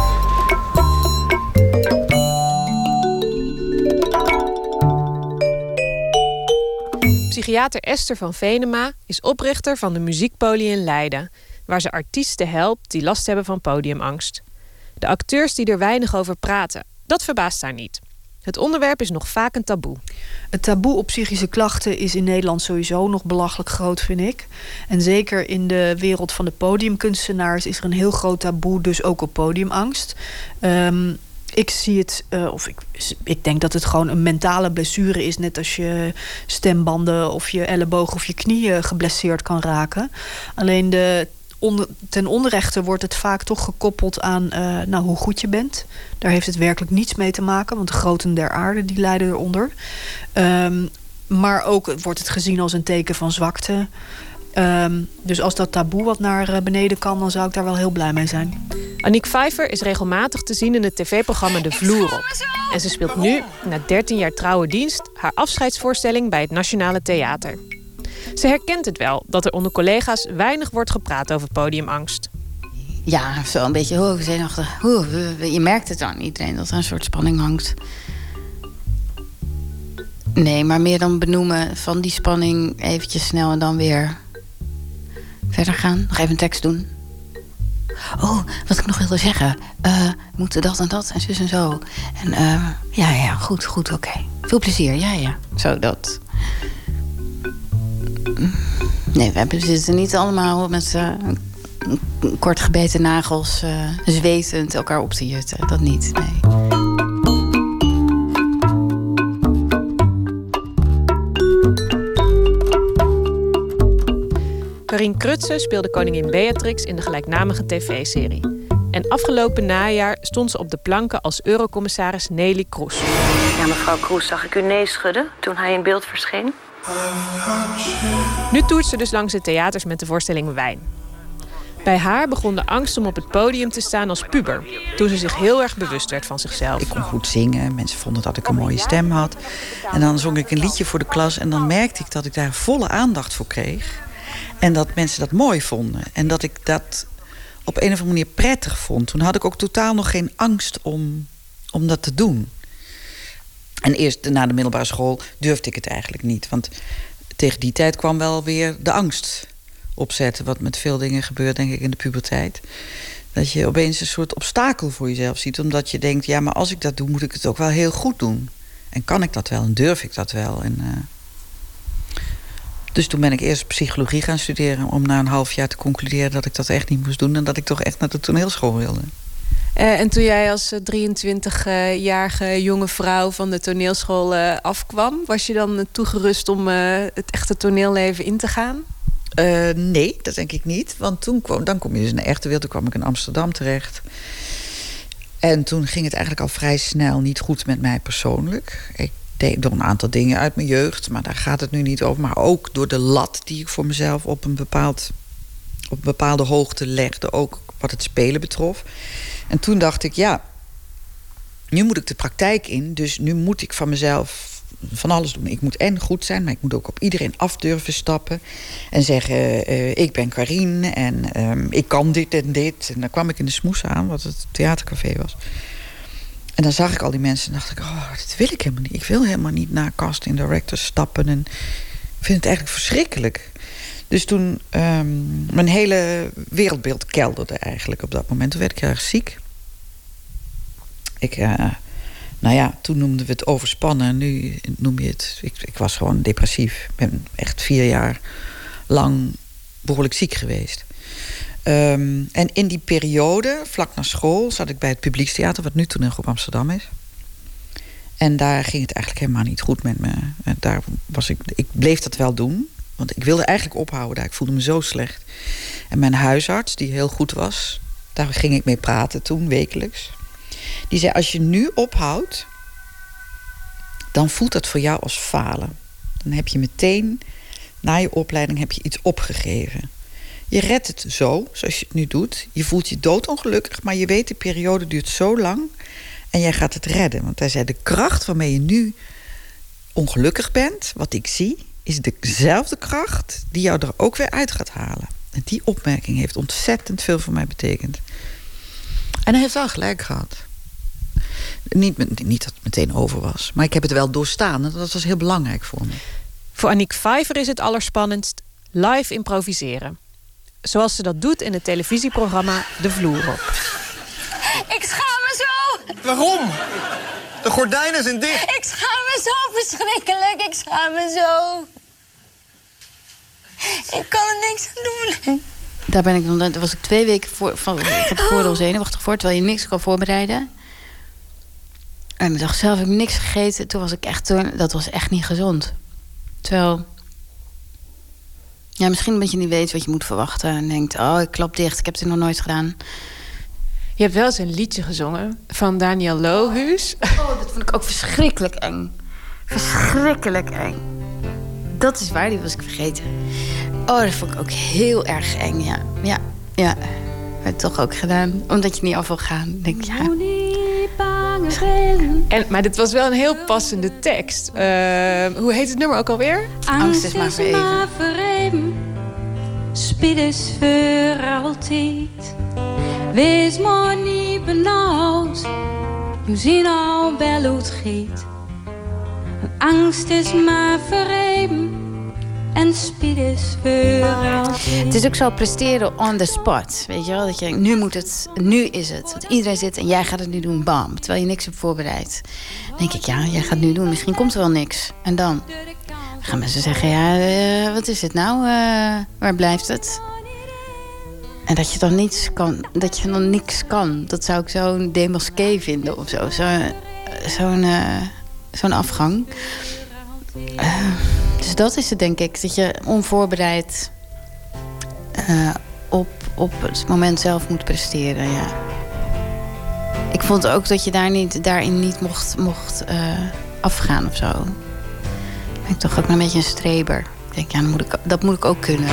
Psychiater Esther van Venema is oprichter van de Muziekpolie in Leiden, waar ze artiesten helpt die last hebben van podiumangst. De acteurs die er weinig over praten, dat verbaast haar niet. Het onderwerp is nog vaak een taboe. Het taboe op psychische klachten is in Nederland sowieso nog belachelijk groot, vind ik. En zeker in de wereld van de podiumkunstenaars is er een heel groot taboe, dus ook op podiumangst. Ik zie het, ik denk dat het gewoon een mentale blessure is. Net als je stembanden of je elleboog of je knieën geblesseerd kan raken. Alleen de ten onrechte wordt het vaak toch gekoppeld aan hoe goed je bent. Daar heeft het werkelijk niets mee te maken, want de groten der aarde die lijden eronder. Maar ook wordt het gezien als een teken van zwakte. Dus als dat taboe wat naar beneden kan, dan zou ik daar wel heel blij mee zijn. Aniek Vijver is regelmatig te zien in het tv-programma De Vloer op. En ze speelt nu, na 13 jaar trouwe dienst, haar afscheidsvoorstelling bij het Nationale Theater. Ze herkent het wel, dat er onder collega's weinig wordt gepraat over podiumangst. Ja, zo een beetje zenuwachtig. Je merkt het aan iedereen dat er een soort spanning hangt. Nee, maar meer dan benoemen van die spanning eventjes snel en dan weer verder gaan. Nog even een tekst doen. Oh, wat ik nog wilde zeggen. We moeten dat en dat en zus en zo. En ja, goed, oké. Veel plezier, ja. Zo, dat. Nee, we zitten niet allemaal met kort gebeten nagels, zwetend elkaar op te jutten. Dat niet, nee. Carien Krutse speelde koningin Beatrix in de gelijknamige tv-serie. En afgelopen najaar stond ze op de planken als eurocommissaris Neelie Kroes. Ja, mevrouw Kroes, zag ik u nee schudden toen hij in beeld verscheen? Nu toert ze dus langs de theaters met de voorstelling Wijn. Bij haar begon de angst om op het podium te staan als puber, toen ze zich heel erg bewust werd van zichzelf. Ik kon goed zingen, mensen vonden dat ik een mooie stem had. En dan zong ik een liedje voor de klas en dan merkte ik dat ik daar volle aandacht voor kreeg. En dat mensen dat mooi vonden. En dat ik dat op een of andere manier prettig vond. Toen had ik ook totaal nog geen angst om dat te doen. En eerst na de middelbare school durfde ik het eigenlijk niet. Want tegen die tijd kwam wel weer de angst opzetten. Wat met veel dingen gebeurt, denk ik, in de puberteit. Dat je opeens een soort obstakel voor jezelf ziet. Omdat je denkt, ja, maar als ik dat doe, moet ik het ook wel heel goed doen. En kan ik dat wel? En durf ik dat wel? Dus toen ben ik eerst psychologie gaan studeren, om na een half jaar te concluderen dat ik dat echt niet moest doen en dat ik toch echt naar de toneelschool wilde. En toen jij als 23-jarige jonge vrouw van de toneelschool afkwam, was je dan toegerust om het echte toneelleven in te gaan? Nee, dat denk ik niet. Want dan kom je dus in de echte wereld. Toen kwam ik in Amsterdam terecht. En toen ging het eigenlijk al vrij snel niet goed met mij persoonlijk. Ik deed door een aantal dingen uit mijn jeugd, maar daar gaat het nu niet over. Maar ook door de lat die ik voor mezelf op een bepaalde hoogte legde. Ook wat het spelen betrof. En toen dacht ik, ja, nu moet ik de praktijk in. Dus nu moet ik van mezelf van alles doen. Ik moet en goed zijn, maar ik moet ook op iedereen af durven stappen. En zeggen, ik ben Carien en ik kan dit en dit. En dan kwam ik in de Smoes aan, wat het theatercafé was. En dan zag ik al die mensen en dacht ik, oh, dit wil ik helemaal niet. Ik wil helemaal niet naar casting directors stappen. En ik vind het eigenlijk verschrikkelijk. Dus toen mijn hele wereldbeeld kelderde eigenlijk op dat moment. Toen werd ik erg ziek. Toen noemden we het overspannen. En nu noem je het... Ik was gewoon depressief. Ik ben echt 4 jaar lang behoorlijk ziek geweest. En in die periode, vlak na school, zat ik bij het Publiekstheater, wat nu Toneelgroep Amsterdam is. En daar ging het eigenlijk helemaal niet goed met me. En daar was ik bleef dat wel doen. Want ik wilde eigenlijk ophouden daar. Ik voelde me zo slecht. En mijn huisarts, die heel goed was, daar ging ik mee praten toen, wekelijks. Die zei, als je nu ophoudt, dan voelt dat voor jou als falen. Dan heb je meteen, na je opleiding, heb je iets opgegeven. Je redt het zo, zoals je het nu doet. Je voelt je doodongelukkig, maar je weet, de periode duurt zo lang. En jij gaat het redden. Want hij zei, de kracht waarmee je nu ongelukkig bent, wat ik zie, is dezelfde kracht die jou er ook weer uit gaat halen. En die opmerking heeft ontzettend veel voor mij betekend. En hij heeft wel gelijk gehad. Niet dat het meteen over was, maar ik heb het wel doorstaan. En dat was heel belangrijk voor me. Voor Aniek Vijver is het allerspannendst live improviseren. Zoals ze dat doet in het televisieprogramma De Vloer op. Ik schaam me zo! Waarom? De gordijnen zijn dicht. Ik schaam me zo verschrikkelijk. Ik schaam me zo. Ik kan er niks aan doen. Daar was ik 2 weken van tevoren al zenuwachtig voor, terwijl je niks kan voorbereiden. En ik dacht zelf, heb ik niks gegeten. Dat was echt niet gezond. Terwijl Ja, misschien omdat je niet weet wat je moet verwachten. En denkt, oh, ik klap dicht, ik heb het nog nooit gedaan. Je hebt wel eens een liedje gezongen van Daniel Lohuus. Oh, dat vond ik ook verschrikkelijk eng. Verschrikkelijk eng. Dat is waar, die was ik vergeten. Oh, dat vond ik ook heel erg eng, ja. Ja. Maar toch ook gedaan, omdat je niet af wil gaan. Denk ik, ja. Maar dit was wel een heel passende tekst. Hoe heet het nummer ook alweer? Angst is maar voor even. Spied is voor altijd. Wees maar niet benauwd. Je ziet al wel hoe het gaat. Angst is maar voor even. En spied is voor altijd. Het is ook zo presteren on the spot. Weet je wel? Dat je denkt, nu is het. Dat iedereen zit en jij gaat het nu doen, bam. Terwijl je niks hebt voorbereid. Dan denk ik, ja, jij gaat het nu doen. Misschien komt er wel niks. En dan gaan mensen zeggen, ja, wat is het nou? Waar blijft het? En dat je dan niets kan. Dat je dan niks kan. Dat zou ik zo'n démasqué vinden of zo. Zo'n afgang. Dus dat is het, denk ik. Dat je onvoorbereid op het moment zelf moet presteren, ja. Ik vond ook dat je daarin niet mocht afgaan of zo. Ben ik toch ook een beetje een streber. Ik denk, ja, dat moet ik ook kunnen.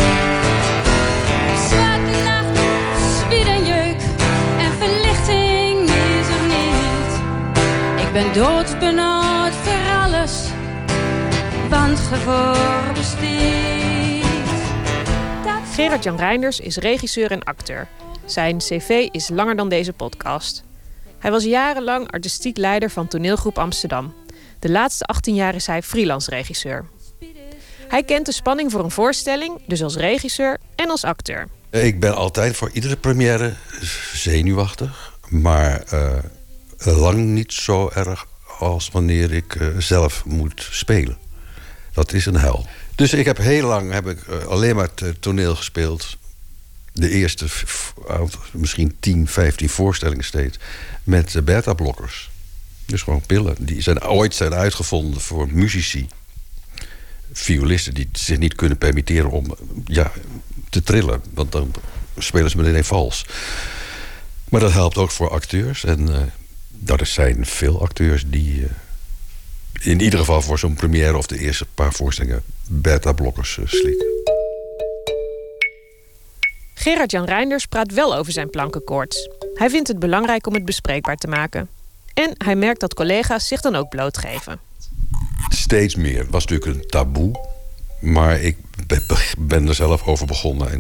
Zwarte nacht, spied en jeuk. En verlichting is er niet. Ik ben doodsbenauwd voor alles. Want gevoel besteedt. Gerard-Jan Reinders is regisseur en acteur. Zijn cv is langer dan deze podcast. Hij was jarenlang artistiek leider van toneelgroep Amsterdam. De laatste 18 jaar is hij freelance regisseur. Hij kent de spanning voor een voorstelling, dus als regisseur en als acteur. Ik ben altijd voor iedere première zenuwachtig. Maar lang niet zo erg als wanneer ik zelf moet spelen. Dat is een hel. Dus ik heb heel lang alleen maar toneel gespeeld. De eerste misschien 10, 15 voorstellingen steeds. Met beta-blokkers. Dus gewoon pillen. Die ooit zijn uitgevonden voor muzici. Violisten die zich niet kunnen permitteren om te trillen. Want dan spelen ze meteen vals. Maar dat helpt ook voor acteurs. En er zijn veel acteurs die in ieder geval voor zo'n première of de eerste paar voorstellingen beta-blokkers slikken. Gerard-Jan Reinders praat wel over zijn plankenkoorts. Hij vindt het belangrijk om het bespreekbaar te maken. En hij merkt dat collega's zich dan ook blootgeven. Steeds meer. Het was natuurlijk een taboe. Maar ik ben er zelf over begonnen.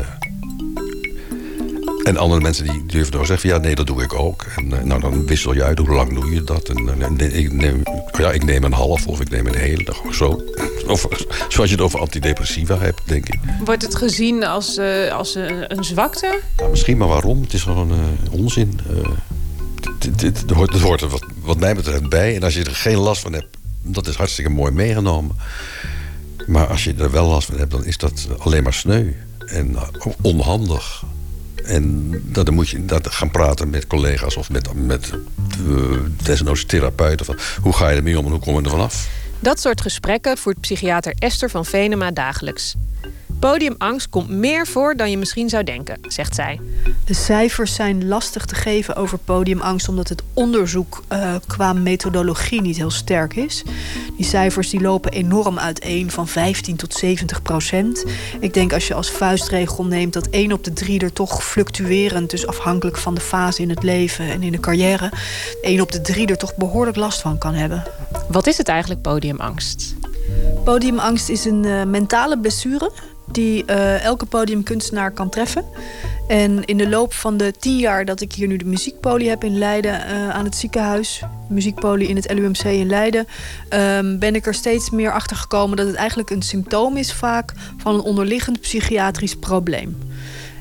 En andere mensen die durven dan zeggen van, ja, nee, dat doe ik ook. En dan wissel je uit, hoe lang doe je dat? En ik neem een half of ik neem een hele dag of zo. Of zoals je het over antidepressiva hebt, denk ik. Wordt het gezien als een zwakte? Nou, misschien, maar waarom? Het is gewoon onzin. Het hoort er wat mij betreft bij. En als je er geen last van hebt, dat is hartstikke mooi meegenomen. Maar als je er wel last van hebt, dan is dat alleen maar sneu. En onhandig. En dan moet je gaan praten met collega's of met desnoods therapeuten. Van, hoe ga je ermee om en hoe kom je er vanaf? Dat soort gesprekken voert psychiater Esther van Venema dagelijks. Podiumangst komt meer voor dan je misschien zou denken, zegt zij. De cijfers zijn lastig te geven over podiumangst, omdat het onderzoek qua methodologie niet heel sterk is. Die cijfers die lopen enorm uiteen, van 15 tot 70%. Ik denk als je als vuistregel neemt dat 1 op de 3 er toch fluctuerend, dus afhankelijk van de fase in het leven en in de carrière, 1 op de 3 er toch behoorlijk last van kan hebben. Wat is het eigenlijk, podiumangst? Podiumangst is een mentale blessure die elke podiumkunstenaar kan treffen. En in de loop van de 10 jaar dat ik hier nu de muziekpoli heb in Leiden aan het ziekenhuis, muziekpoli in het LUMC in Leiden, ben ik er steeds meer achter gekomen dat het eigenlijk een symptoom is vaak van een onderliggend psychiatrisch probleem.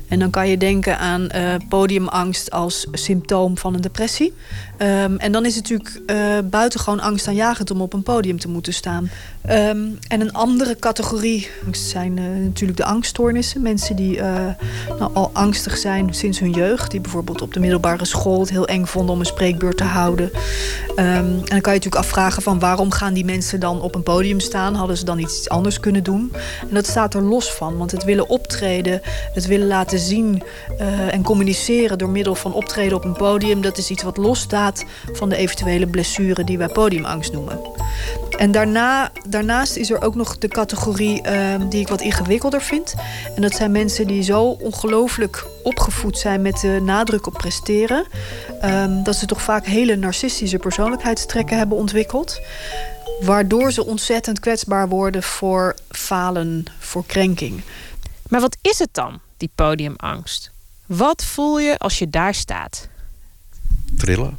En dan kan je denken aan podiumangst als symptoom van een depressie. En dan is het natuurlijk buitengewoon angstaanjagend om op een podium te moeten staan. En een andere categorie angst zijn natuurlijk de angststoornissen. Mensen die al angstig zijn sinds hun jeugd. Die bijvoorbeeld op de middelbare school het heel eng vonden om een spreekbeurt te houden. En dan kan je natuurlijk afvragen van waarom gaan die mensen dan op een podium staan? Hadden ze dan iets anders kunnen doen? En dat staat er los van. Want het willen optreden, het willen laten zien en communiceren door middel van optreden op een podium, dat is iets wat losstaat van de eventuele blessure die wij podiumangst noemen. En daarnaast is er ook nog de categorie die ik wat ingewikkelder vind. En dat zijn mensen die zo ongelooflijk opgevoed zijn met de nadruk op presteren, dat ze toch vaak hele narcistische persoonlijkheidstrekken hebben ontwikkeld. Waardoor ze ontzettend kwetsbaar worden voor falen, voor krenking. Maar wat is het dan, die podiumangst? Wat voel je als je daar staat? Trillen.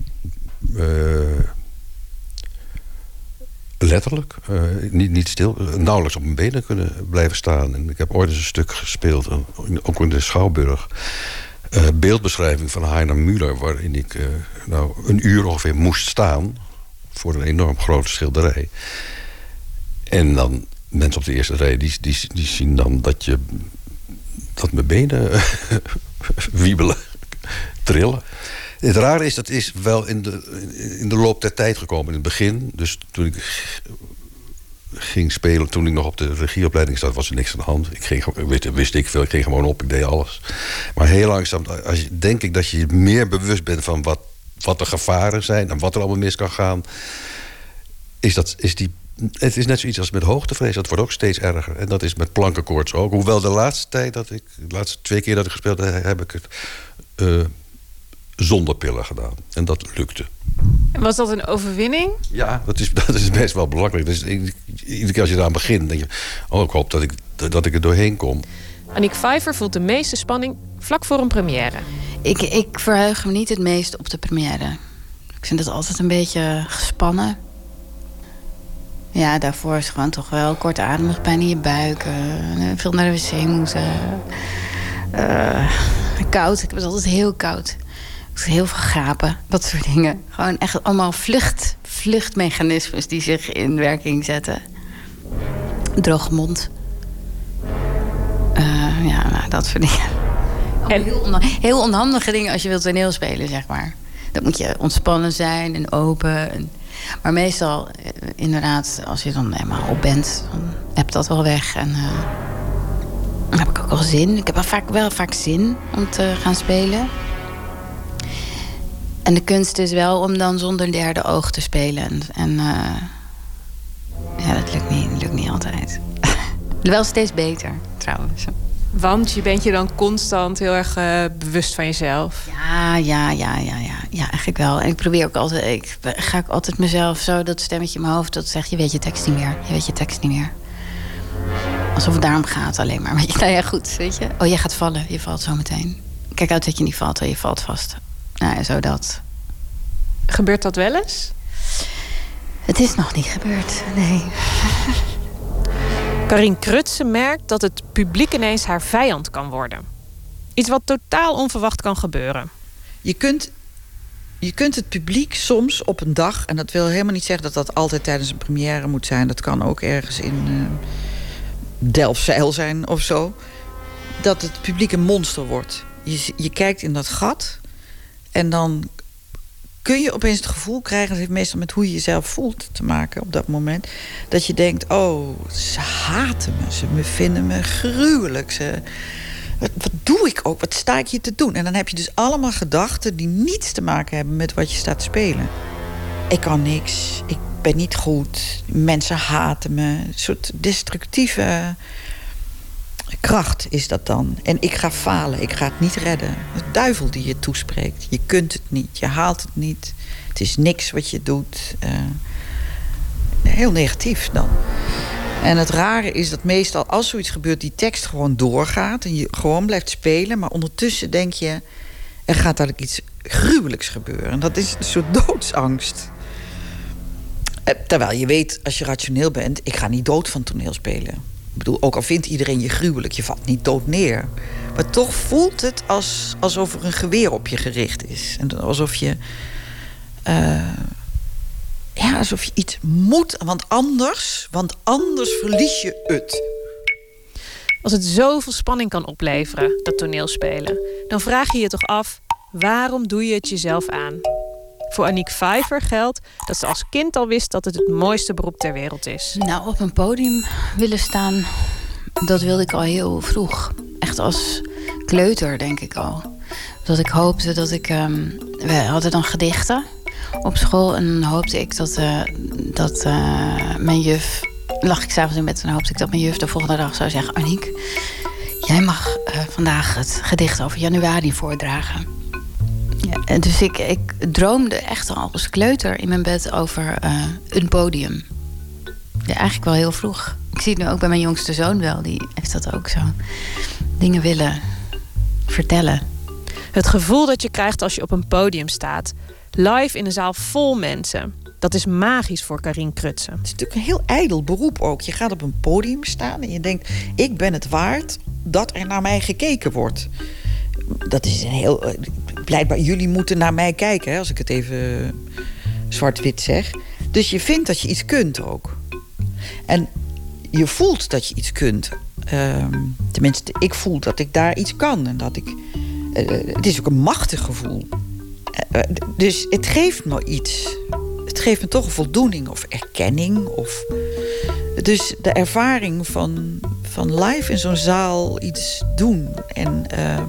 Letterlijk. Niet stil. Nauwelijks op mijn benen kunnen blijven staan. En ik heb ooit eens een stuk gespeeld, ook in de Schouwburg. Beeldbeschrijving van Heiner Müller, waarin ik een uur ongeveer moest staan voor een enorm grote schilderij. En dan mensen op de eerste rij die zien dan dat mijn benen wiebelen, trillen. Het rare is, dat is wel in de loop der tijd gekomen. In het begin, dus toen ik ging spelen, toen ik nog op de regieopleiding zat, was er niks aan de hand. Wist ik veel, ik ging gewoon op, ik deed alles. Maar heel langzaam, denk ik dat je meer bewust bent van wat de gevaren zijn en wat er allemaal mis kan gaan. Het is net zoiets als met hoogtevrees. Dat wordt ook steeds erger. En dat is met plankenkoorts ook. Hoewel de laatste 2 keer dat ik gespeeld heb, heb ik het zonder pillen gedaan. En dat lukte. En was dat een overwinning? Ja, dat is best wel belangrijk. Dus iedere keer als je eraan begint, denk je, ik hoop dat ik er doorheen kom. Aniek Vijver voelt de meeste spanning vlak voor een première. Ik verheug me niet het meest op de première. Ik vind het altijd een beetje gespannen. Ja, daarvoor is het gewoon toch wel kortademig, pijn in je buik. Veel naar de wc moeten. Koud, ik heb het altijd heel koud. Heel veel gapen, dat soort dingen. Gewoon echt allemaal vluchtmechanismes die zich in werking zetten. Droge mond. Dat soort dingen. En heel onhandige dingen als je wilt toneel spelen, zeg maar. Dan moet je ontspannen zijn en open. Maar meestal, inderdaad, als je dan eenmaal op bent, dan heb dat wel weg. En dan heb ik ook wel zin. Ik heb wel vaak zin om te gaan spelen. En de kunst is wel om dan zonder derde oog te spelen. En dat lukt niet altijd. Wel steeds beter, trouwens. Want je bent je dan constant heel erg bewust van jezelf? Ja, eigenlijk wel. En ik probeer ook altijd, ik ga ook altijd mezelf zo, dat stemmetje in mijn hoofd dat zegt, je weet je tekst niet meer. Alsof het daarom gaat alleen maar. Nou ja, goed, weet je. Oh, jij gaat vallen, je valt zo meteen. Kijk uit dat je niet valt, je valt vast. Nou ja, zo dat. Gebeurt dat wel eens? Het is nog niet gebeurd, nee. Carien Krutsen merkt dat het publiek ineens haar vijand kan worden. Iets wat totaal onverwacht kan gebeuren. Je kunt het publiek soms op een dag, en dat wil helemaal niet zeggen dat dat altijd tijdens een première moet zijn. Dat kan ook ergens in Delfzijl zijn of zo. Dat het publiek een monster wordt. Je kijkt in dat gat en dan kun je opeens het gevoel krijgen, dat heeft meestal met hoe je jezelf voelt te maken op dat moment, dat je denkt, oh, ze haten me, ze vinden me gruwelijk, wat doe ik ook, wat sta ik hier te doen? En dan heb je dus allemaal gedachten die niets te maken hebben met wat je staat te spelen. Ik kan niks, ik ben niet goed, mensen haten me, een soort destructieve kracht is dat dan. En ik ga falen, ik ga het niet redden. De duivel die je toespreekt. Je kunt het niet, je haalt het niet. Het is niks wat je doet. Heel negatief dan. En het rare is dat meestal als zoiets gebeurt, die tekst gewoon doorgaat en je gewoon blijft spelen, maar ondertussen denk je, er gaat eigenlijk iets gruwelijks gebeuren. En dat is een soort doodsangst. Terwijl je weet, als je rationeel bent, ik ga niet dood van toneel spelen. Ik bedoel, ook al vindt iedereen je gruwelijk, je valt niet dood neer. Maar toch voelt het alsof er een geweer op je gericht is. En alsof je... alsof je iets moet, want anders verlies je het. Als het zoveel spanning kan opleveren, dat toneelspelen, dan vraag je je toch af, waarom doe je het jezelf aan? Voor Aniek Vijver geldt dat ze als kind al wist dat het het mooiste beroep ter wereld is. Nou, op een podium willen staan, dat wilde ik al heel vroeg. Echt als kleuter, denk ik al. Dat ik hoopte dat ik... we hadden dan gedichten op school en dan hoopte ik dat mijn juf... lag ik s'avonds in bed en dan hoopte ik dat mijn juf de volgende dag zou zeggen... Aniek, jij mag vandaag het gedicht over januari voordragen. Ja, en dus ik droomde echt al als kleuter in mijn bed over een podium. Ja, eigenlijk wel heel vroeg. Ik zie het nu ook bij mijn jongste zoon wel. Die heeft dat ook zo. Dingen willen vertellen. Het gevoel dat je krijgt als je op een podium staat. Live in een zaal vol mensen. Dat is magisch voor Carien Krutse. Het is natuurlijk een heel ijdel beroep ook. Je gaat op een podium staan en je denkt... ik ben het waard dat er naar mij gekeken wordt. Dat is een heel... Blijkbaar, jullie moeten naar mij kijken, hè, als ik het even zwart-wit zeg. Dus je vindt dat je iets kunt ook. En je voelt dat je iets kunt. Tenminste, ik voel dat ik daar iets kan. En dat ik... het is ook een machtig gevoel. Dus het geeft me iets. Het geeft me toch een voldoening of erkenning. Dus de ervaring van live in zo'n zaal iets doen... en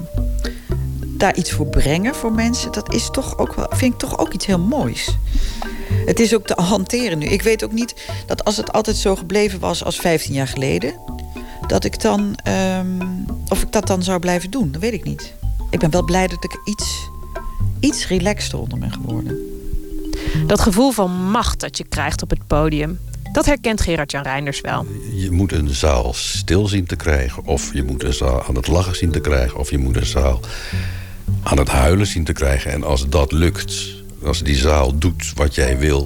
daar iets voor brengen voor mensen... dat is toch ook wel, vind ik toch ook iets heel moois. Het is ook te hanteren nu. Ik weet ook niet dat als het altijd zo gebleven was als 15 jaar geleden... dat ik dan... of ik dat dan zou blijven doen, dat weet ik niet. Ik ben wel blij dat ik iets relaxter onder ben geworden. Dat gevoel van macht dat je krijgt op het podium... dat herkent Gerard-Jan Reinders wel. Je moet een zaal stil zien te krijgen... of je moet een zaal aan het lachen zien te krijgen... of je moet een zaal aan het huilen zien te krijgen. En als dat lukt, als die zaal doet wat jij wil...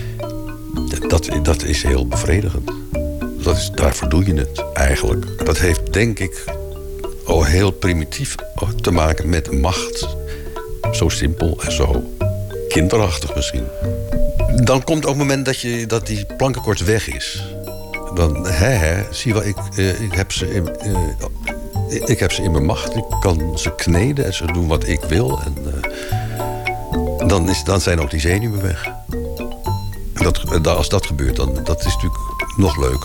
dat is heel bevredigend. Daarvoor doe je het eigenlijk. Dat heeft, denk ik, al heel primitief te maken met macht. Zo simpel en zo kinderachtig misschien. Dan komt ook het moment dat die plankenkoorts weg is. Dan, zie je wel, ik heb ze in mijn macht. Ik kan ze kneden en ze doen wat ik wil. En dan zijn ook die zenuwen weg. En als dat gebeurt, dat is natuurlijk nog leuker.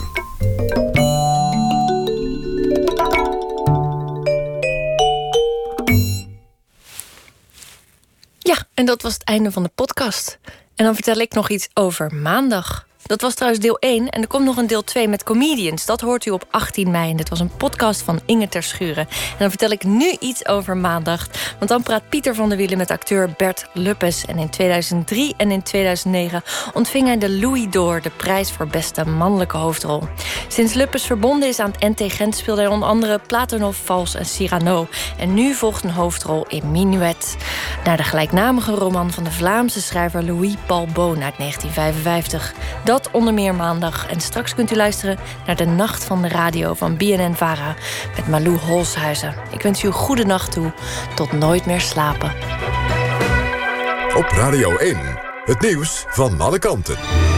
Ja, en dat was het einde van de podcast. En dan vertel ik nog iets over maandag. Dat was trouwens deel 1 en er komt nog een deel 2 met comedians. Dat hoort u op 18 mei en dit was een podcast van Inge Ter Schuren. En dan vertel ik nu iets over maandag. Want dan praat Pieter van der Wielen met acteur Bert Luppes. En in 2003 en in 2009 ontving hij de Louis d'Or... de prijs voor beste mannelijke hoofdrol. Sinds Luppes verbonden is aan het NT Gent... speelde hij onder andere Platonov, Vals en Cyrano. En nu volgt een hoofdrol in Minuet. Naar de gelijknamige roman van de Vlaamse schrijver Louis Paul Boon uit 1955. Dat onder meer maandag. En straks kunt u luisteren naar de Nacht van de Radio van BNN-Vara met Malou Holshuizen. Ik wens u een goede nacht toe. Tot nooit meer slapen. Op Radio 1, het nieuws van alle kanten.